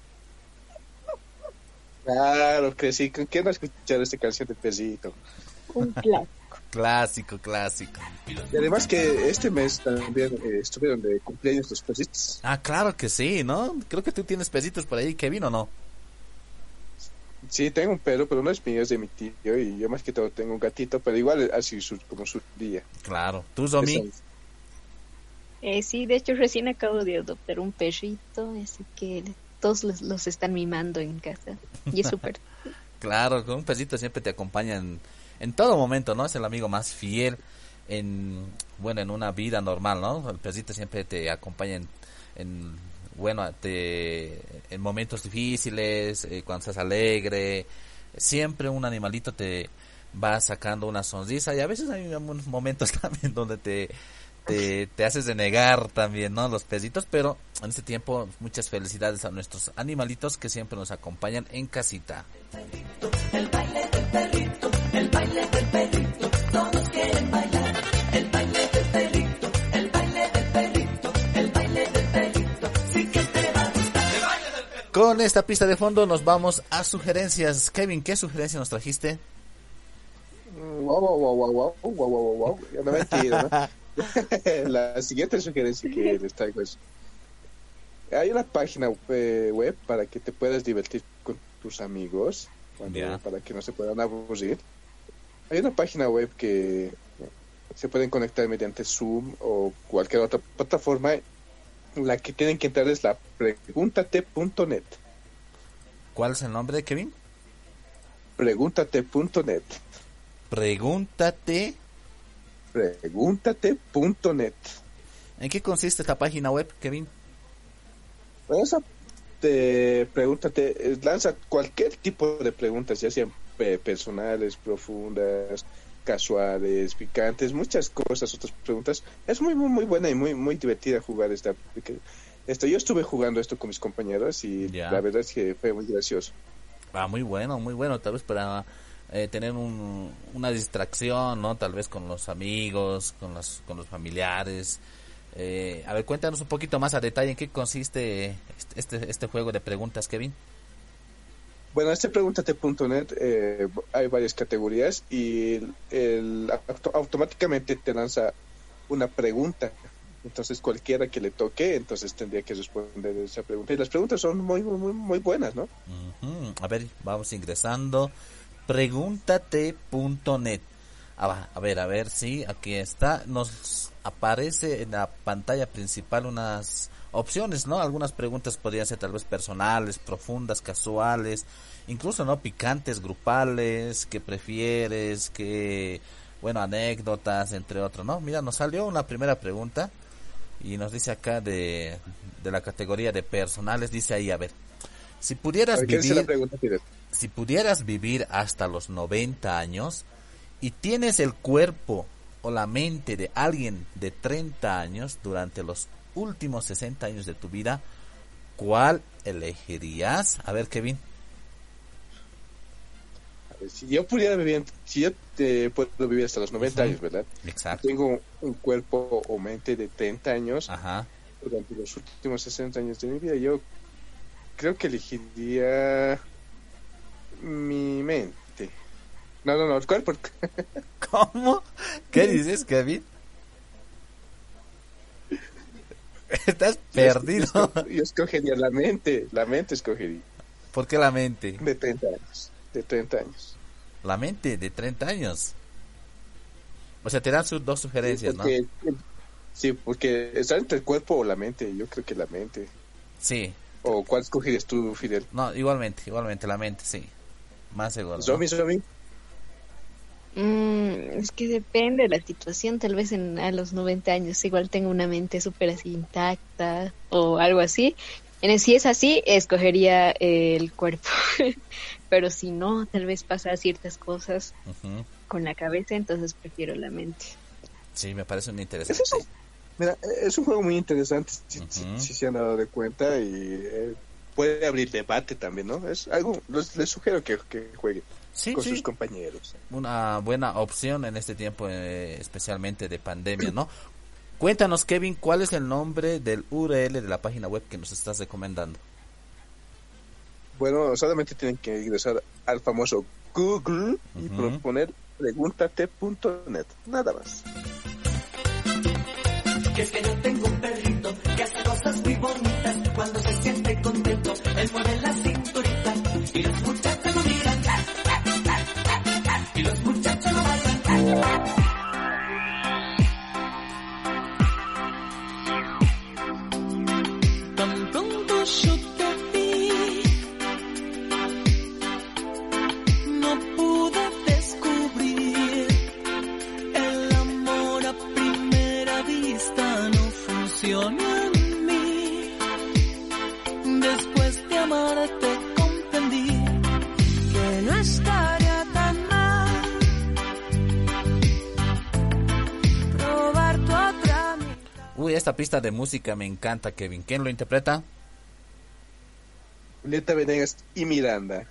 Claro que sí. ¿Con quién no ha escuchado esta canción de Pesito? Un clásico. Clásico, clásico. Y además que este mes también eh, estuvieron de cumpleaños los pesitos. Ah, claro que sí, ¿no? Creo que tú tienes pesitos por ahí, Kevin, ¿o no? Sí, tengo un perro, pero no es mío, es de mi tío. Y yo más que todo tengo un gatito, pero igual así su, como su día. Claro. ¿Tú, Zomi? Eh, sí, de hecho recién acabo de adoptar un perrito, así que todos los, los están mimando en casa. Y es súper. Claro, con un pesito siempre te acompaña en, en todo momento, ¿no? Es el amigo más fiel en, bueno, en una vida normal, ¿no? El pesito siempre te acompaña en, en bueno, te, en momentos difíciles, eh, cuando estás alegre. Siempre un animalito te va sacando una sonrisa y a veces hay unos momentos también donde te... Te, te haces de negar también, ¿no? Los pesitos, pero en este tiempo muchas felicidades a nuestros animalitos que siempre nos acompañan en casita. El baile del perrito, el baile del perrito, todos quieren bailar. El baile del perrito, el baile del perrito, el baile del perrito, sí que te va a gustar. El baile del perrito. Con esta pista de fondo nos vamos a sugerencias. Kevin, ¿qué sugerencia nos trajiste? Wow, wow, wow, wow, wow, wow, wow, wow, wow. No mentira, ¿no? La siguiente sugerencia que les traigo es: hay una página eh, web para que te puedas divertir con tus amigos, cuando, yeah. para que no se puedan aburrir. Hay una página web que se pueden conectar mediante Zoom o cualquier otra plataforma. La que tienen que entrar es la Pregúntate punto net. ¿Cuál es el nombre, Kevin? Pregúntate punto net. Pregúntate. Pregúntate punto net. ¿En qué consiste esta página web, Kevin? Bueno, esa te, pregúntate, lanza cualquier tipo de preguntas, ya sean eh, personales, profundas, casuales, picantes, muchas cosas, otras preguntas. Es muy, muy, muy buena y muy, muy divertida jugar esta. Esto, yo estuve jugando esto con mis compañeros y yeah. la verdad es que fue muy gracioso. Ah, muy bueno, muy bueno, tal vez para eh, tener un, una distracción, ¿no? Tal vez con los amigos, con los, con los familiares. Eh, a ver, cuéntanos un poquito más a detalle en qué consiste este, este juego de preguntas, Kevin. Bueno, este Pregúntate punto net eh, hay varias categorías y el, el, auto, automáticamente te lanza una pregunta. Entonces cualquiera que le toque, entonces tendría que responder esa pregunta. Y las preguntas son muy, muy, muy buenas, ¿no? Uh-huh. A ver, vamos ingresando. Pregúntate punto net. Ah, a ver, a ver, sí, aquí está. Nos aparece en la pantalla principal unas opciones, ¿no? Algunas preguntas podrían ser tal vez personales, profundas, casuales, incluso, ¿no? Picantes, grupales, ¿qué prefieres? ¿Qué, bueno, anécdotas, entre otros, ¿no? Mira, nos salió una primera pregunta y nos dice acá de, de la categoría de personales, dice ahí, a ver, si pudieras ver, vivir, la pregunta, si pudieras vivir hasta los noventa años y tienes el cuerpo o la mente de alguien de treinta años durante los últimos sesenta años de tu vida, ¿cuál elegirías? A ver, Kevin. A ver, si yo pudiera vivir, si yo te puedo vivir hasta los noventa uh-huh. años, ¿verdad? Exacto. Tengo un cuerpo o mente de treinta años. Ajá. Durante los últimos sesenta años de mi vida, yo creo que elegiría mi mente. No, no, no, el cuerpo. ¿Cómo? ¿Qué dices, Kevin? Estás perdido. Yo, yo, yo escogería la mente, la mente escogería. ¿Por qué la mente? De treinta años, de treinta años. La mente de treinta años. O sea, te dan sus dos sugerencias, sí, porque, ¿no? Sí, porque está entre el cuerpo o la mente, yo creo que la mente. Sí, ¿O cuál escogerías tú, Fidel? No, igualmente, igualmente, la mente, sí. Más seguro. ¿no? ¿Zombie, zombie? Mm, es que depende de la situación. Tal vez en, a los noventa años igual tengo una mente súper así intacta o algo así. En, si es así, escogería eh, el cuerpo. Pero si no, tal vez pasa ciertas cosas Ujú. con la cabeza, entonces prefiero la mente. Sí, me parece muy interesante. Es eso. Mira, es un juego muy interesante, si, Ujú. si, si se han dado de cuenta, y eh, puede abrir debate también, ¿no? Es algo, les, les sugiero que, que jueguen Sí, con sí. sus compañeros. Una buena opción en este tiempo, eh, especialmente de pandemia, ¿no? Cuéntanos, Kevin, ¿cuál es el nombre del U R L de la página web que nos estás recomendando? Bueno, solamente tienen que ingresar al famoso Google y Ujú. proponer pregúntate punto net, nada más. Que es que yo tengo un perrito que hace cosas muy bonitas. Cuando se siente contento, él mueve la cinturita y los muchachos lo miran. Y los muchachos lo bailan. Tan pronto yo te vi, no pude descubrir el amor a primera vista, no funciona en mí. Después de amarte comprendí que no estaría tan mal probar tu otra mitad. Uy, esta pista de música me encanta, Kevin. ¿Quién lo interpreta? Julieta Venegas y Miranda.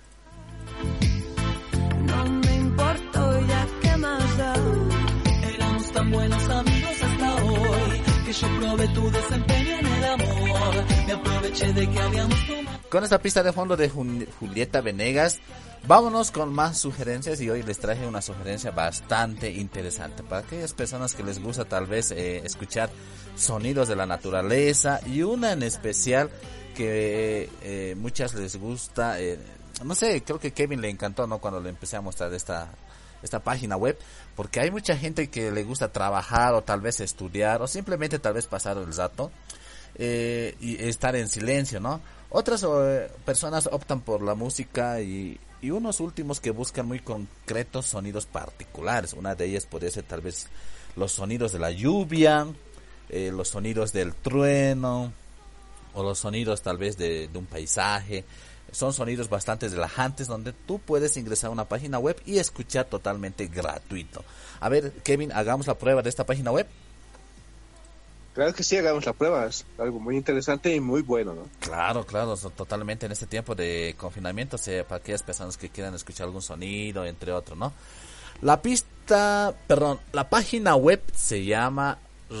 No me importó ya qué más da. Éramos tan buenos amigos hasta hoy que yo probé tu desempeño en el amor. Me aproveché de que habíamos tomado. Con esta pista de fondo de Jun- Julieta Venegas, vámonos con más sugerencias, y hoy les traje una sugerencia bastante interesante para aquellas personas que les gusta tal vez eh, escuchar sonidos de la naturaleza, y una en especial que eh, muchas les gusta, eh, no sé, creo que Kevin le encantó, ¿no? Cuando le empecé a mostrar esta esta página web, porque hay mucha gente que le gusta trabajar o tal vez estudiar o simplemente tal vez pasar el rato eh, y estar en silencio, ¿no? Otras eh, personas optan por la música, y, y unos últimos que buscan muy concretos sonidos particulares. Una de ellas podría ser tal vez los sonidos de la lluvia, eh, los sonidos del trueno, o los sonidos tal vez de, de un paisaje. Son sonidos bastante relajantes donde tú puedes ingresar a una página web y escuchar totalmente gratuito. A ver, Kevin, hagamos la prueba de esta página web. Claro que sí, hagamos la prueba, es algo muy interesante y muy bueno, ¿no? Claro, claro, so- totalmente en este tiempo de confinamiento, o sea, para aquellas personas que quieran escuchar algún sonido, entre otros, ¿no? La pista, perdón, la página web se llama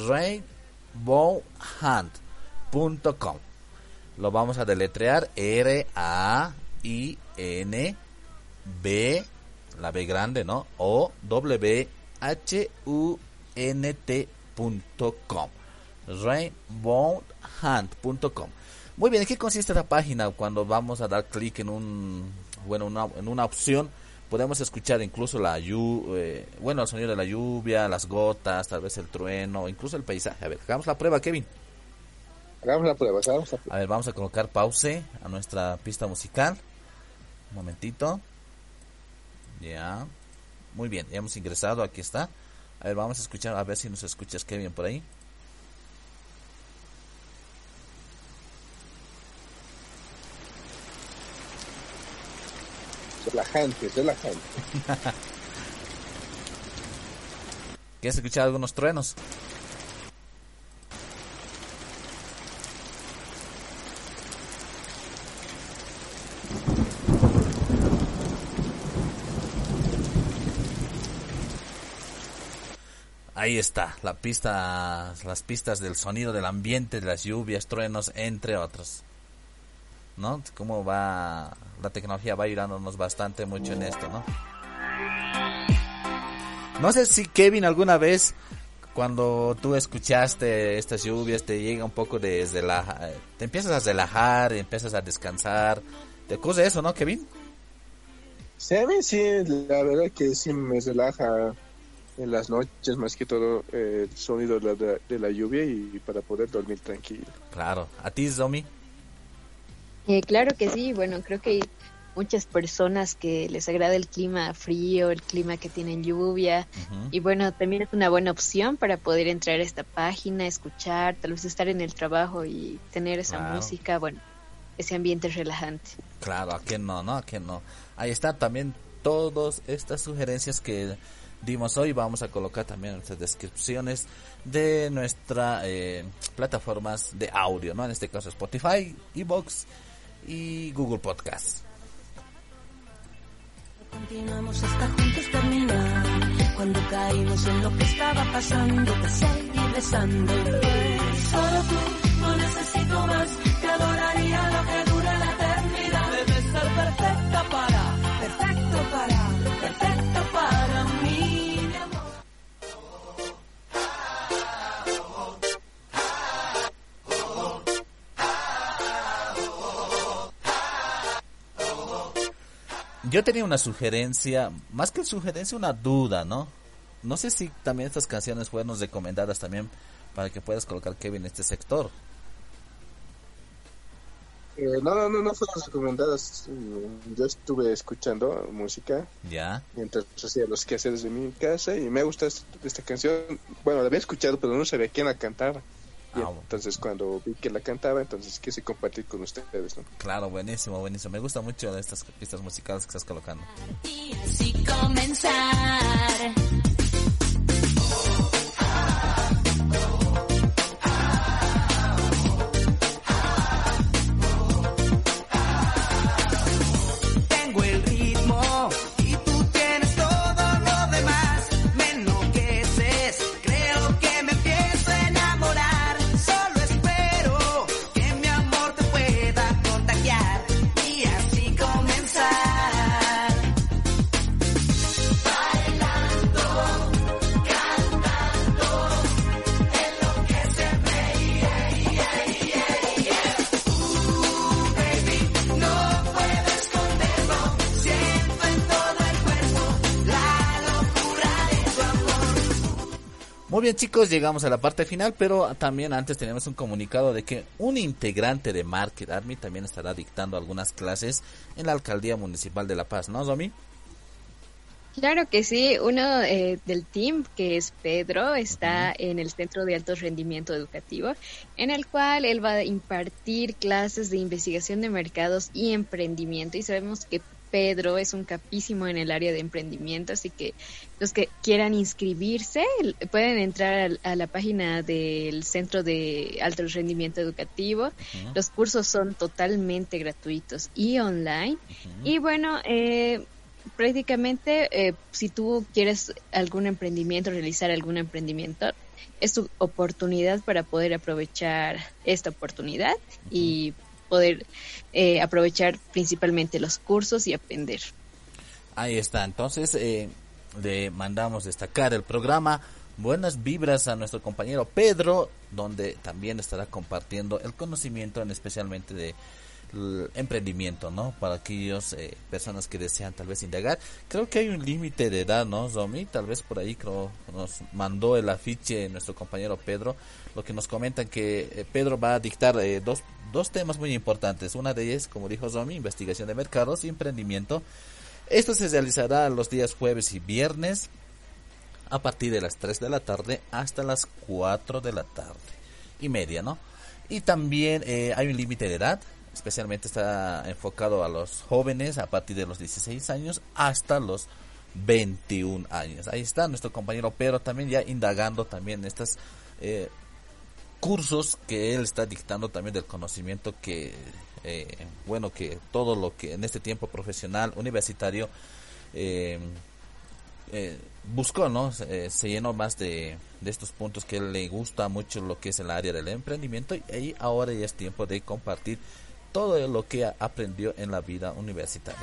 rainbow hunt punto com. Lo vamos a deletrear: R A I N B, la B grande, ¿no? O W H U N T punto com. rainbow hunt punto com. Muy bien, ¿en qué consiste esta página? Cuando vamos a dar clic en un, bueno, una, en una opción, podemos escuchar incluso la llu- eh, bueno, el sonido de la lluvia, las gotas, tal vez el trueno, incluso el paisaje. A ver, hagamos la prueba, Kevin. Hagamos la prueba, hagamos la prueba. A ver, vamos a colocar pause a nuestra pista musical. Un momentito. Ya. Muy bien, ya hemos ingresado, aquí está. A ver, vamos a escuchar, a ver si nos escuchas, Kevin, por ahí. Relajante, relajante. ¿Quieres escuchar algunos truenos? Ahí está, la pista, las pistas del sonido del ambiente, de las lluvias, truenos, entre otros. ¿No? Cómo va, la tecnología va ayudándonos bastante mucho en esto, ¿no? No sé si, Kevin, alguna vez cuando tú escuchaste estas lluvias te llega un poco de relaja, te empiezas a relajar, empiezas a descansar, te ocurre eso, ¿no, Kevin? Sí, a mí sí, la verdad que sí me relaja en las noches, más que todo eh, el sonido de la, de la lluvia, y para poder dormir tranquilo. Claro. ¿A ti, Zomi? Eh, claro que sí, bueno, creo que hay muchas personas que les agrada el clima frío, el clima que tiene lluvia, Ujú. y bueno, también es una buena opción para poder entrar a esta página, escuchar, tal vez estar en el trabajo y tener esa Claro. música, bueno, ese ambiente relajante. Claro, ¿a quién no, no? ¿A quién no? Ahí están también todas estas sugerencias que dimos hoy. Vamos a colocar también en nuestras descripciones de nuestras eh, plataformas de audio, ¿no? En este caso Spotify, iVoox y Google Podcast. Continuamos hasta juntos terminar. Cuando caímos en lo que estaba pasando, te seguí besando. Solo tú, no necesito más. Te adoraría lo que dure la eternidad. Debes ser perfecta para, perfecto para, perfecto para mí, mi amor. Yo tenía una sugerencia, más que sugerencia, una duda, ¿no? No sé si también estas canciones fueron recomendadas también para que puedas colocar, Kevin, en este sector. Eh, no, no, no, no fueron recomendadas. Mm, Yo estuve escuchando música Ya. mientras hacía los quehaceres de mi casa y me gusta esta, esta canción. Bueno, la había escuchado, pero no sabía quién la cantaba. Y Ah, entonces cuando vi que la cantaba, entonces quise compartir con ustedes, ¿no? claro, buenísimo, buenísimo. Me gusta mucho estas pistas musicales que estás colocando. Y así comenzar. Tengo el ritmo y tú tienes todo lo demás. Me enloqueces, creo que me empiezo a enamorar. Solo espero que mi amor te pueda contagiar y así comenzar. Bailando, cantando, enloquéceme, yeah, yeah, yeah, yeah. Uh, baby, no puedo esconderlo. Siento en todo el cuerpo la locura de tu amor. Muy bien, chicos, llegamos a la parte final, pero también antes tenemos un comunicado de que un integrante de Market Army también estará dictando algunas clases en la Alcaldía Municipal de La Paz, ¿no, Domi? Claro que sí, uno eh, del team, que es Pedro, está en el Centro de Alto Rendimiento Educativo, en el cual él va a impartir clases de investigación de mercados y emprendimiento, y sabemos que Pedro es un capísimo en el área de emprendimiento, así que los que quieran inscribirse l- pueden entrar al- a, la página del Centro de Alto Rendimiento Educativo. Los cursos son totalmente gratuitos y online. Y bueno, eh, prácticamente eh, si tú quieres algún emprendimiento, realizar algún emprendimiento, es tu oportunidad para poder aprovechar esta oportunidad y poder eh, aprovechar principalmente los cursos y aprender. Ahí está, entonces eh, le mandamos destacar el programa Buenas Vibras a nuestro compañero Pedro, donde también estará compartiendo el conocimiento en especialmente de l- emprendimiento, ¿no? Para aquellos eh, personas que desean tal vez indagar. Creo que hay un límite de edad, ¿no, Zomi? Tal vez por ahí creo nos mandó el afiche nuestro compañero Pedro, lo que nos comentan que eh, Pedro va a dictar eh, dos, dos temas muy importantes. Una de ellas, como dijo Zomi, investigación de mercados y emprendimiento. Esto se realizará los días jueves y viernes a partir de las tres de la tarde hasta las cuatro de la tarde y media, ¿no? Y también eh, hay un límite de edad, especialmente está enfocado a los jóvenes a partir de los dieciséis años hasta los veintiún años. Ahí está nuestro compañero Pedro también ya indagando también estos eh, cursos que él está dictando también del conocimiento que, eh, bueno, que todo lo que en este tiempo profesional, universitario, eh, eh, buscó, ¿no? Se, eh, se llenó más de, de estos puntos que él le gusta mucho lo que es el área del emprendimiento, y ahí ahora ya es tiempo de compartir todo lo que aprendió en la vida universitaria.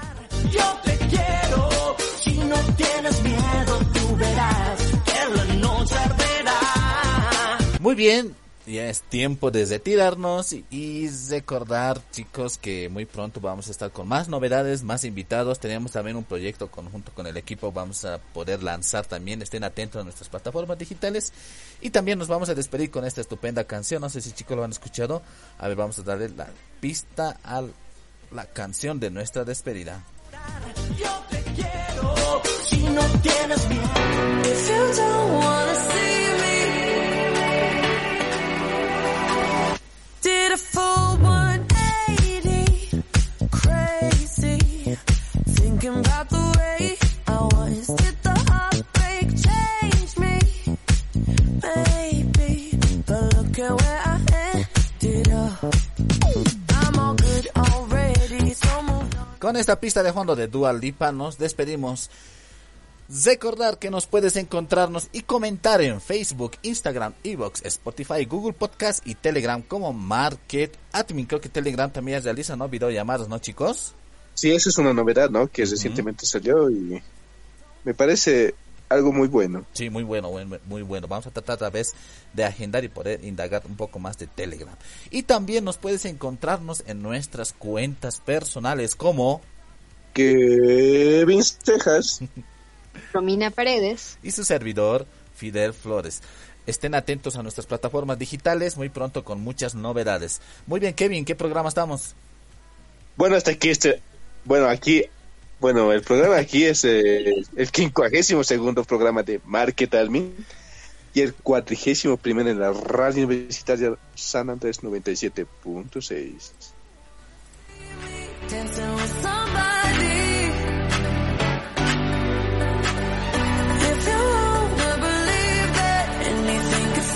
Yo te quiero, si no tienes miedo, tú verás que la noche arderá. Muy bien, ya es tiempo de retirarnos y, y recordar, chicos, que muy pronto vamos a estar con más novedades, más invitados. Tenemos también un proyecto conjunto con el equipo, vamos a poder lanzar también, estén atentos a nuestras plataformas digitales. Y también nos vamos a despedir con esta estupenda canción, no sé si chicos lo han escuchado. A ver, vamos a darle la pista a la canción de nuestra despedida. Yo te quiero si no tienes miedo. If you don't wanna see me, did a full one eighty, crazy, thinking about the way I was. Did the heartbreak change me? Maybe, but look at where I ended up. I'm all good already, so move on. Con esta pista de fondo de Dua Lipa nos despedimos. Recordar que nos puedes encontrarnos y comentar en Facebook, Instagram, Evox, Spotify, Google Podcast y Telegram como Market Admin. Creo que Telegram también realiza, ¿no? Videollamadas, ¿no, chicos? Sí, eso es una novedad, ¿no? Que recientemente salió y me parece algo muy bueno. Sí, muy bueno, muy, muy bueno. Vamos a tratar a vez de agendar y poder indagar un poco más de Telegram. Y también nos puedes encontrarnos en nuestras cuentas personales como Kevin Cejas, Romina Paredes y su servidor Fidel Flores. Estén atentos a nuestras plataformas digitales muy pronto con muchas novedades. Muy bien, Kevin, ¿qué programa estamos? Bueno, hasta aquí este, bueno, aquí, bueno, el programa aquí es eh, el quincuagésimo segundo programa de Market Admin y el cuatrigésimo primero en la radio universitaria San Andrés noventa y siete punto seis. Dancing with somebody. If you wanna believe that anything could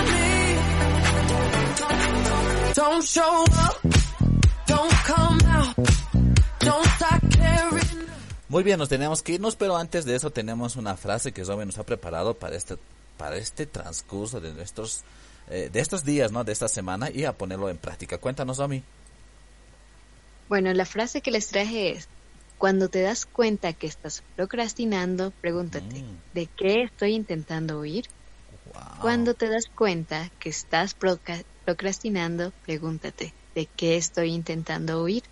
stop me, don't show up, don't come out, don't start caring. Muy bien, nos tenemos que irnos, pero antes de eso tenemos una frase que Zoe nos ha preparado para este para este transcurso de nuestros eh, de estos días, ¿no? De esta semana y a ponerlo en práctica. Cuéntanos, Zoe. Bueno, la frase que les traje es: cuando te das cuenta que estás procrastinando, pregúntate, Mm. ¿de qué estoy intentando huir? Wow. Cuando te das cuenta que estás proca- procrastinando, pregúntate, ¿de qué estoy intentando huir?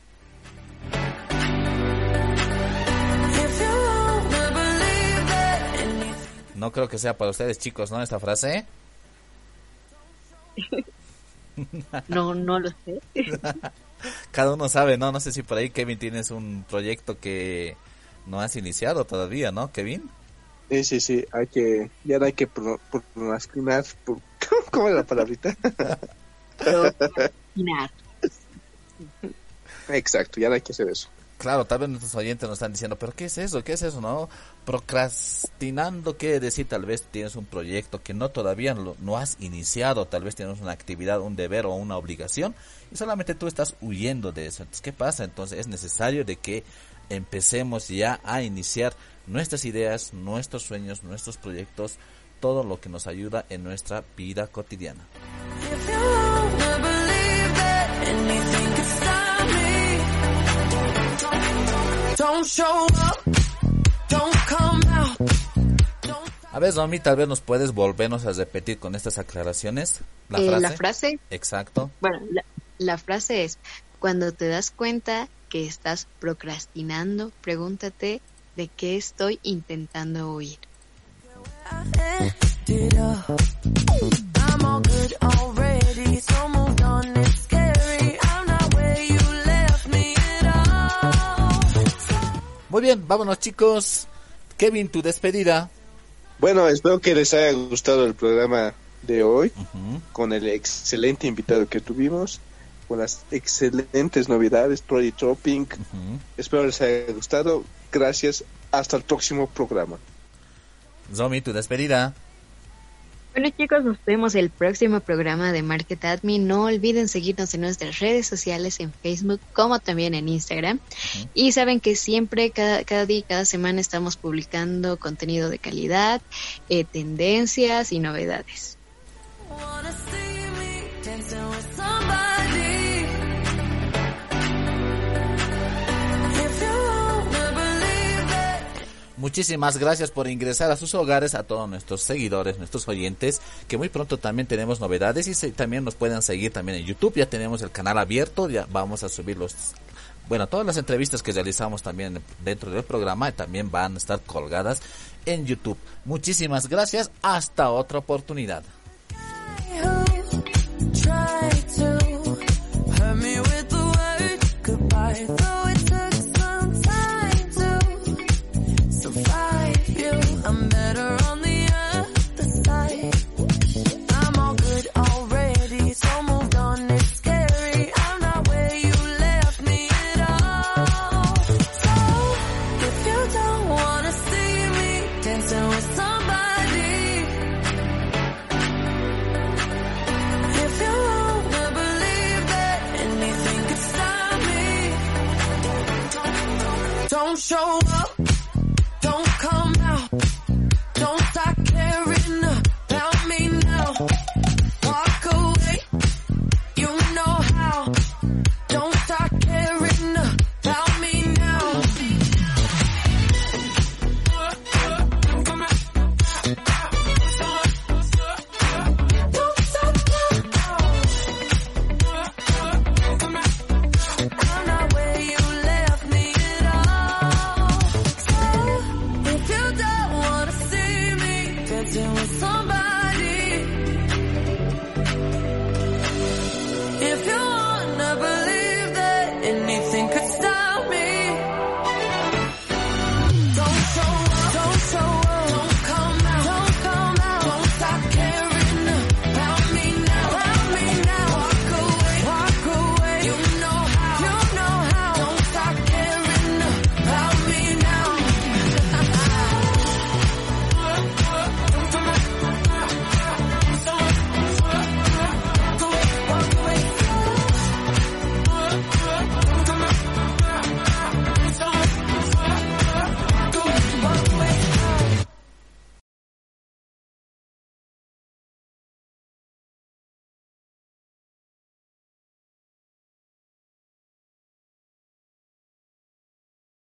If you wanna believe that anything. No creo que sea para ustedes, chicos, ¿no? Esta frase. No, no lo sé. Cada uno sabe, ¿no? No sé si por ahí, Kevin, tienes un proyecto que no has iniciado todavía, ¿no, Kevin? Sí, sí, sí, hay que, ya no hay que pro- procrastinar, por, ¿cómo es la palabrita? Procrastinar. Exacto, ya no hay que hacer eso. Claro, tal vez nuestros oyentes nos están diciendo, pero ¿qué es eso? ¿Qué es eso, no? Procrastinando quiere decir, tal vez tienes un proyecto que no todavía lo, no has iniciado, tal vez tienes una actividad, un deber o una obligación y solamente tú estás huyendo de eso. Entonces, ¿qué pasa? Entonces es necesario de que empecemos ya a iniciar nuestras ideas, nuestros sueños, nuestros proyectos, todo lo que nos ayuda en nuestra vida cotidiana. If you wanna believe that anything could stop me, don't show up, don't come out, don't. A ver, Zomi, tal vez nos puedes volvernos a repetir con estas aclaraciones la Eh, frase. la frase, Exacto. bueno, la, la frase es: cuando te das cuenta que estás procrastinando, pregúntate, ¿de qué estoy intentando huir? Ended up. I'm all good already, so moved on. It's scary. I'm not where you left me at all. Muy bien, vámonos, chicos. Kevin, tu despedida. Bueno, espero que les haya gustado el programa de hoy, Ujú. con el excelente invitado que tuvimos, con las excelentes novedades, Troy Shopping. Ujú. Espero les haya gustado. Gracias. Hasta el próximo programa. Zomi, tu despedida. Bueno, chicos, nos vemos el próximo programa de Market Admin. No olviden seguirnos en nuestras redes sociales, en Facebook como también en Instagram. Ujú. Y saben que siempre, cada, cada día y cada semana estamos publicando contenido de calidad, eh, tendencias y novedades. Wanna see me dancing with somebody. If you wanna believe that. Muchísimas gracias por ingresar a sus hogares, a todos nuestros seguidores, nuestros oyentes, que muy pronto también tenemos novedades y se, también nos pueden seguir también en YouTube. Ya tenemos el canal abierto, ya vamos a subir los, bueno, todas las entrevistas que realizamos también dentro del programa también van a estar colgadas en YouTube. Muchísimas gracias, hasta otra oportunidad. Who tried to hurt me. show up.